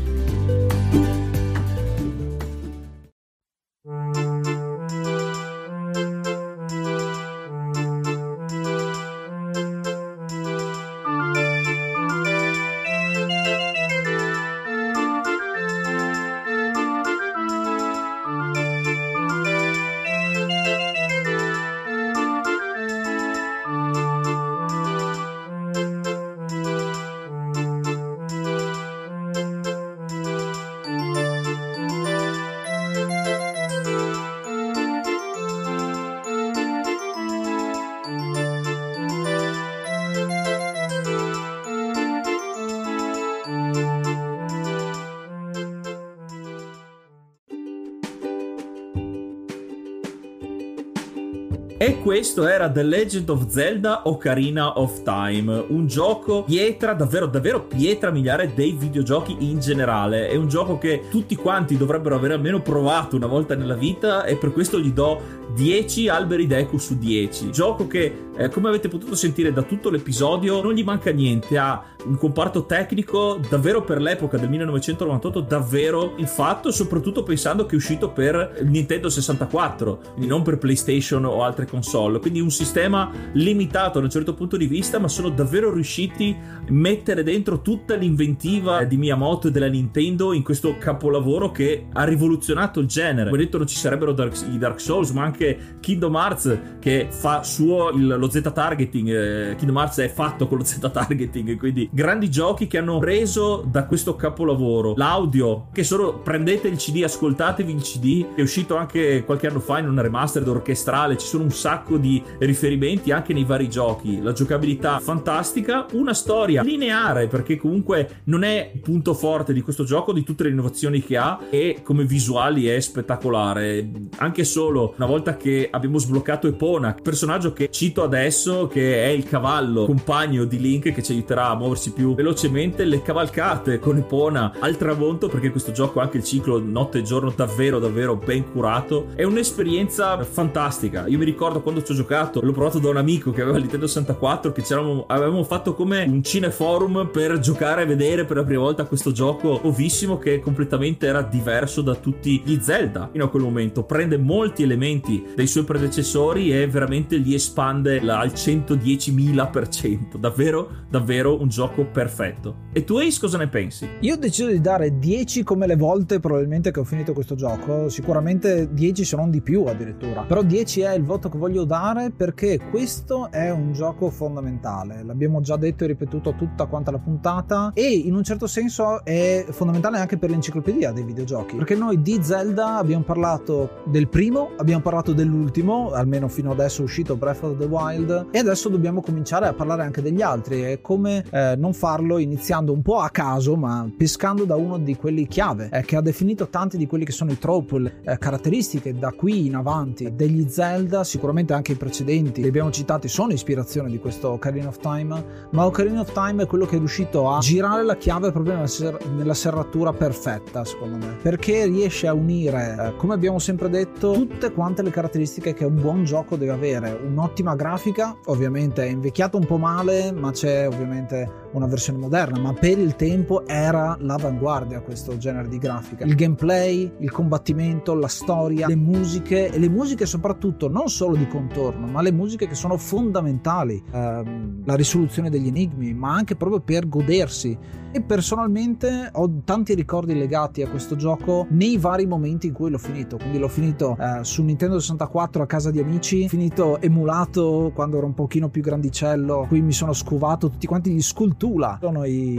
E questo era The Legend of Zelda Ocarina of Time, un gioco pietra, davvero davvero pietra miliare dei videogiochi in generale. È un gioco che tutti quanti dovrebbero aver almeno provato una volta nella vita, e per questo gli do dieci alberi Deku su dieci. Gioco che, eh, come avete potuto sentire da tutto l'episodio, non gli manca niente, ha un comparto tecnico davvero per l'epoca del millenovecentonovantotto davvero il fatto, soprattutto pensando che è uscito per il Nintendo sessantaquattro, quindi non per PlayStation o altre console, quindi un sistema limitato da un certo punto di vista, ma sono davvero riusciti a mettere dentro tutta l'inventiva di Miyamoto e della Nintendo in questo capolavoro che ha rivoluzionato il genere. Come detto, non ci sarebbero Dark, i Dark Souls, ma anche Kingdom Hearts che fa suo il, lo Z-targeting. eh, Kingdom Hearts è fatto con lo Z-targeting, quindi grandi giochi che hanno preso da questo capolavoro. L'audio, che solo prendete il C D, ascoltatevi il C D, è uscito anche qualche anno fa in una remastered orchestrale, ci sono un sacco di riferimenti anche nei vari giochi, la giocabilità fantastica, una storia lineare perché comunque non è il punto forte di questo gioco, di tutte le innovazioni che ha, e come visuali è spettacolare. Anche solo una volta che abbiamo sbloccato Epona, personaggio che cito adesso, che è il cavallo compagno di Link che ci aiuterà a muoversi più velocemente, le cavalcate con Epona al tramonto, perché questo gioco ha anche il ciclo notte e giorno davvero davvero ben curato. È un'esperienza fantastica. Io mi ricordo quando ci ho giocato, l'ho provato da un amico che aveva il Nintendo sessantaquattro, che c'eravamo, avevamo fatto come un cineforum per giocare e vedere per la prima volta questo gioco nuovissimo che completamente era diverso da tutti gli Zelda fino a quel momento. Prende molti elementi dei suoi predecessori e veramente li espande al centodiecimila per cento. Davvero davvero un gioco perfetto. E tu, Ace, cosa ne pensi? Io ho deciso di dare dieci come le volte probabilmente che ho finito questo gioco, sicuramente dieci se non di più addirittura, però dieci è il voto che voglio dare perché questo è un gioco fondamentale, l'abbiamo già detto e ripetuto tutta quanta la puntata, e in un certo senso è fondamentale anche per l'enciclopedia dei videogiochi, perché noi di Zelda abbiamo parlato del primo, abbiamo parlato dell'ultimo, almeno fino adesso è uscito Breath of the Wild, e adesso dobbiamo cominciare a parlare anche degli altri. E come eh, non farlo iniziando un po' a caso, ma pescando da uno di quelli chiave eh, che ha definito tanti di quelli che sono i trope, le eh, caratteristiche da qui in avanti degli Zelda. Sicuramente anche i precedenti li abbiamo citati, sono ispirazione di questo Ocarina of Time, ma Ocarina of Time è quello che è riuscito a girare la chiave proprio nella, ser- nella serratura perfetta, secondo me, perché riesce a unire eh, come abbiamo sempre detto tutte quante le caratteristiche che un buon gioco deve avere. Un'ottima grafica, ovviamente è invecchiato un po' male, ma c'è ovviamente una versione moderna, ma per il tempo era l'avanguardia questo genere di grafica. Il gameplay, il combattimento, la storia, le musiche, e le musiche soprattutto non solo di contorno, ma le musiche che sono fondamentali, ehm, la risoluzione degli enigmi, ma anche proprio per godersi. E personalmente ho tanti ricordi legati a questo gioco nei vari momenti in cui l'ho finito. Quindi l'ho finito eh, su Nintendo sessantaquattro a casa di amici, finito emulato quando ero un pochino più grandicello, qui mi sono scovato tutti quanti gli Skulltula, sono i,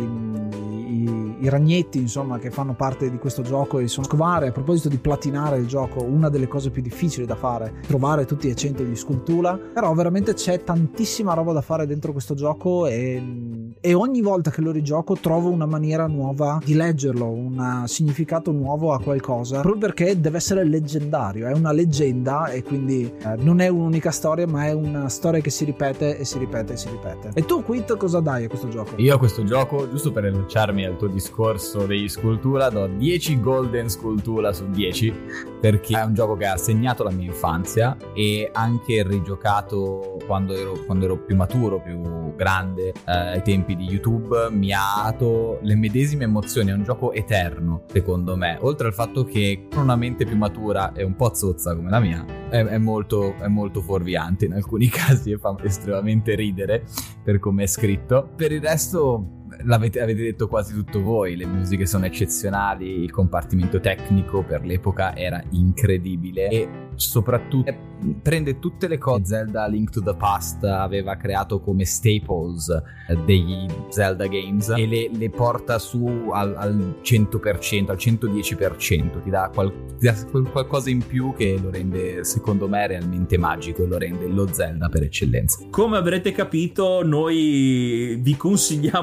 i, i ragnetti insomma che fanno parte di questo gioco, e sono scovare. A proposito di platinare il gioco, una delle cose più difficili da fare, trovare tutti e cento gli Skulltula, però veramente c'è tantissima roba da fare dentro questo gioco, e, e ogni volta che lo rigioco trovo una maniera nuova di leggerlo, un significato nuovo a qualcosa, proprio perché deve essere leggendario, è una leggenda, e quindi eh, non è un'unica storia, ma è una storia che si ripete e si ripete e si ripete. E tu, Quit, cosa dai a questo gioco? Io a questo gioco, giusto per allacciarmi al tuo discorso degli Skulltula, do dieci Golden Skulltula su dieci, perché è un gioco che ha segnato la mia infanzia, e anche rigiocato quando ero, quando ero più maturo, più grande, eh, ai tempi di YouTube, mi ha dato le medesime emozioni. È un gioco eterno secondo me, oltre al fatto che con una mente più matura e un po' zozza come la mia è, è molto è molto fuorviante in alcuni casi, e fa estremamente ridere per come è scritto. Per il resto l'avete avete detto quasi tutto voi, le musiche sono eccezionali, il compartimento tecnico per l'epoca era incredibile, e soprattutto prende tutte le cose Zelda Link to the Past aveva creato come staples degli Zelda games e le, le porta su al, al cento per cento, al centodieci per cento, ti dà, qual, ti dà qualcosa in più che lo rende secondo me realmente magico, e lo rende lo Zelda per eccellenza. Come avrete capito, noi vi consigliamo caldamente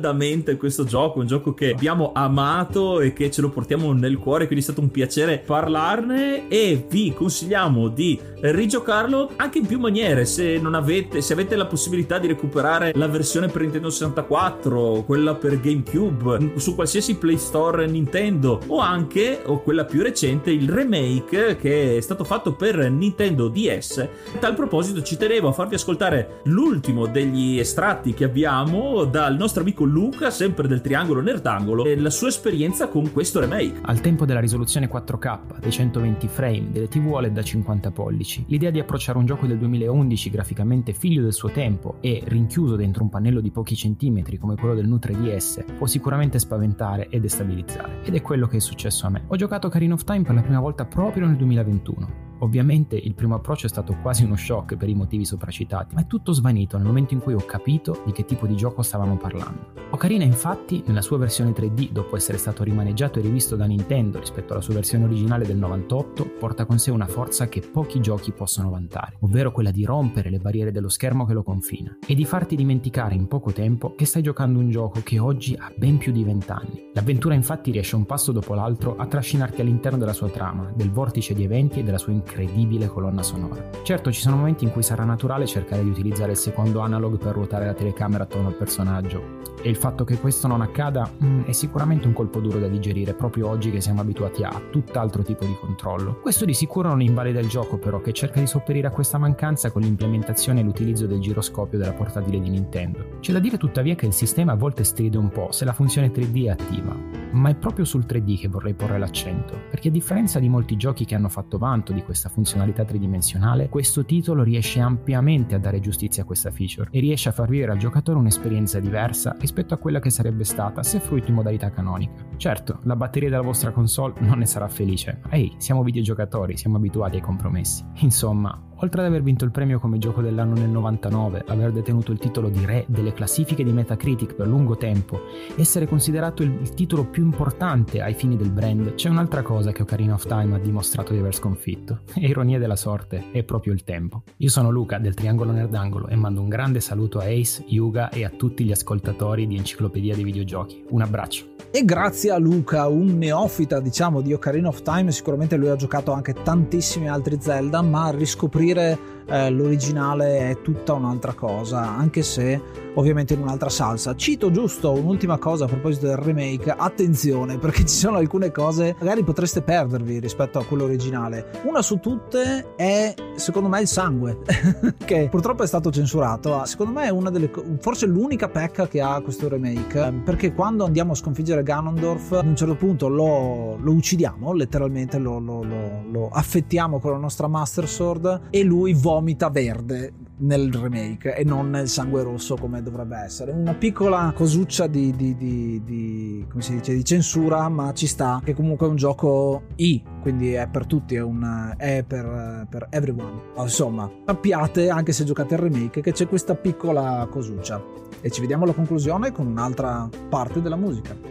caldamente questo gioco, un gioco che abbiamo amato e che ce lo portiamo nel cuore, quindi è stato un piacere parlarne e vi consigliamo di rigiocarlo anche in più maniere. Se non avete, se avete la possibilità di recuperare la versione per Nintendo sessantaquattro, quella per GameCube, su qualsiasi Play Store Nintendo, o anche, o quella più recente, il remake che è stato fatto per Nintendo D S. A tal proposito ci tenevo a farvi ascoltare l'ultimo degli estratti che abbiamo dal nostro amico Luca, sempre del Triangolo Nerdangolo, e la sua esperienza con questo remake. Al tempo della risoluzione quattro K, dei centoventi frame, delle T V O L E D da cinquanta pollici, l'idea di approcciare un gioco del duemilaundici graficamente figlio del suo tempo e rinchiuso dentro un pannello di pochi centimetri come quello del Nu tre D S può sicuramente spaventare e destabilizzare, ed è quello che è successo a me. Ho giocato Ocarina of Time per la prima volta proprio nel duemilaventuno. Ovviamente il primo approccio è stato quasi uno shock per i motivi sopracitati, ma è tutto svanito nel momento in cui ho capito di che tipo di gioco stavamo parlando. Ocarina infatti, nella sua versione tre D, dopo essere stato rimaneggiato e rivisto da Nintendo rispetto alla sua versione originale del novantotto, porta con sé una forza che pochi giochi possono vantare, ovvero quella di rompere le barriere dello schermo che lo confina e di farti dimenticare in poco tempo che stai giocando un gioco che oggi ha ben più di vent'anni. L'avventura infatti riesce un passo dopo l'altro a trascinarti all'interno della sua trama, del vortice di eventi e della sua incredibile colonna sonora. Certo, ci sono momenti in cui sarà naturale cercare di utilizzare il secondo analog per ruotare la telecamera attorno al personaggio, e il fatto che questo non accada mm, è sicuramente un colpo duro da digerire proprio oggi che siamo abituati a tutt'altro tipo di controllo. Questo di sicuro non invalida il gioco però, che cerca di sopperire a questa mancanza con l'implementazione e l'utilizzo del giroscopio della portatile di Nintendo. C'è da dire tuttavia che il sistema a volte stride un po' se la funzione tre D è attiva, ma è proprio sul tre D che vorrei porre l'accento, perché a differenza di molti giochi che hanno fatto vanto di questa funzionalità tridimensionale, questo titolo riesce ampiamente a dare giustizia a questa feature e riesce a far vivere al giocatore un'esperienza diversa rispetto a quella che sarebbe stata se fruito in modalità canonica. Certo, la batteria della vostra console non ne sarà felice, ma ehi, siamo videogiocatori, siamo abituati ai compromessi. Insomma, oltre ad aver vinto il premio come gioco dell'anno nel novantanove, aver detenuto il titolo di re delle classifiche di Metacritic per lungo tempo, essere considerato il, il titolo più importante ai fini del brand, c'è un'altra cosa che Ocarina of Time ha dimostrato di aver sconfitto. E ironia della sorte, è proprio il tempo. Io sono Luca del Triangolo Nerdangolo e mando un grande saluto a Ace, Yuga e a tutti gli ascoltatori di Enciclopedia dei Videogiochi. Un abbraccio. E grazie a Luca, un neofita diciamo di Ocarina of Time, sicuramente lui ha giocato anche tantissimi altri Zelda, ma riscoprire eh, l'originale è tutta un'altra cosa, anche se ovviamente in un'altra salsa. Cito giusto un'ultima cosa a proposito del remake: attenzione, perché ci sono alcune cose magari potreste perdervi rispetto a quello originale. Una su tutte è secondo me il sangue che purtroppo è stato censurato. Secondo me è una delle, forse l'unica pecca che ha questo remake, perché quando andiamo a sconfiggere Ganondorf ad un certo punto lo, lo uccidiamo letteralmente, lo, lo, lo, lo affettiamo con la nostra Master Sword e lui vomita verde nel remake e non nel sangue rosso come dovrebbe essere. Una piccola cosuccia di, di, di, di come si dice, di censura, ma ci sta, che comunque è un gioco I, quindi è per tutti, è, un, è per, per everyone. Insomma, sappiate, anche se giocate il remake, che c'è questa piccola cosuccia. E ci vediamo alla conclusione con un'altra parte della musica.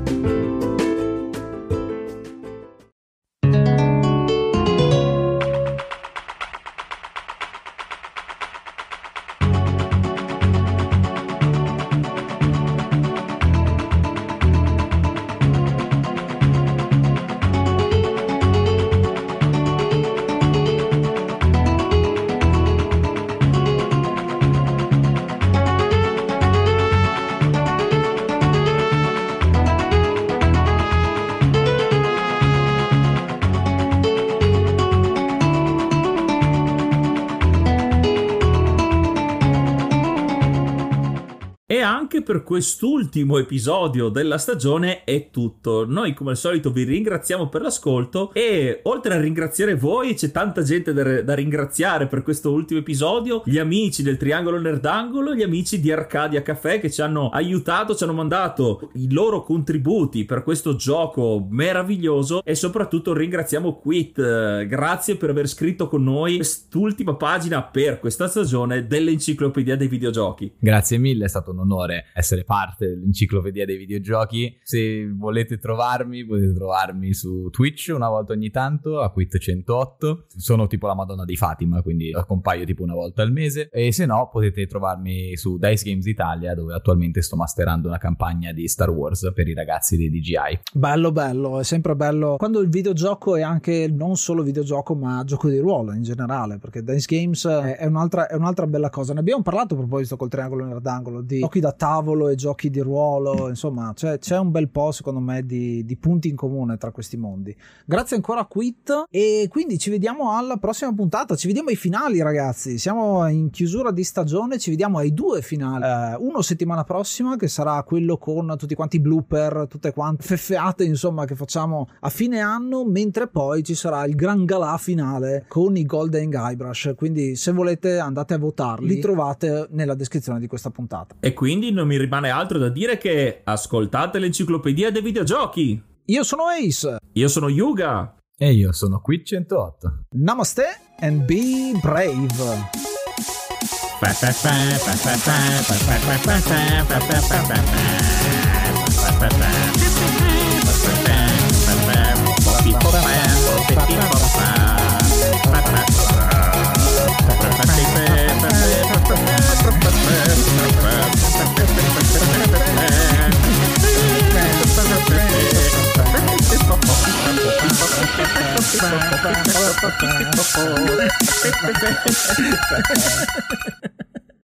E anche per quest'ultimo episodio della stagione è tutto. Noi come al solito vi ringraziamo per l'ascolto e oltre a ringraziare voi c'è tanta gente da, da ringraziare per questo ultimo episodio: gli amici del Triangolo Nerdangolo, gli amici di Arcadia Café che ci hanno aiutato, ci hanno mandato i loro contributi per questo gioco meraviglioso, e soprattutto ringraziamo Quit. Grazie per aver scritto con noi quest'ultima pagina per questa stagione dell'Enciclopedia dei Videogiochi. Grazie mille, è stato un onore onore essere parte dell'enciclopedia dei videogiochi. Se volete trovarmi, potete trovarmi su Twitch una volta ogni tanto, a Quit centootto. Sono tipo la Madonna di Fatima, quindi compaio tipo una volta al mese. E se no, potete trovarmi su Dice Games Italia, dove attualmente sto masterando una campagna di Star Wars per i ragazzi dei D G I. Bello, bello, è sempre bello quando il videogioco è anche non solo videogioco, ma gioco di ruolo in generale, perché Dice Games è un'altra, è un'altra bella cosa. Ne abbiamo parlato a proposito col Triangolo Nerdangolo di giochi da tavolo e giochi di ruolo, insomma c'è, c'è un bel po' secondo me di, di punti in comune tra questi mondi. Grazie ancora a Quit, e quindi ci vediamo alla prossima puntata, ci vediamo ai finali ragazzi, siamo in chiusura di stagione, ci vediamo ai due finali, eh, uno settimana prossima che sarà quello con tutti quanti i blooper, tutte quante feffeate insomma che facciamo a fine anno, mentre poi ci sarà il gran galà finale con i Golden Guybrush, quindi se volete andate a votarli, li trovate nella descrizione di questa puntata. E quindi non mi rimane altro da dire che ascoltate l'enciclopedia dei videogiochi. Io sono Ace, io sono Yuga e io sono Quit centootto. Namaste and be brave.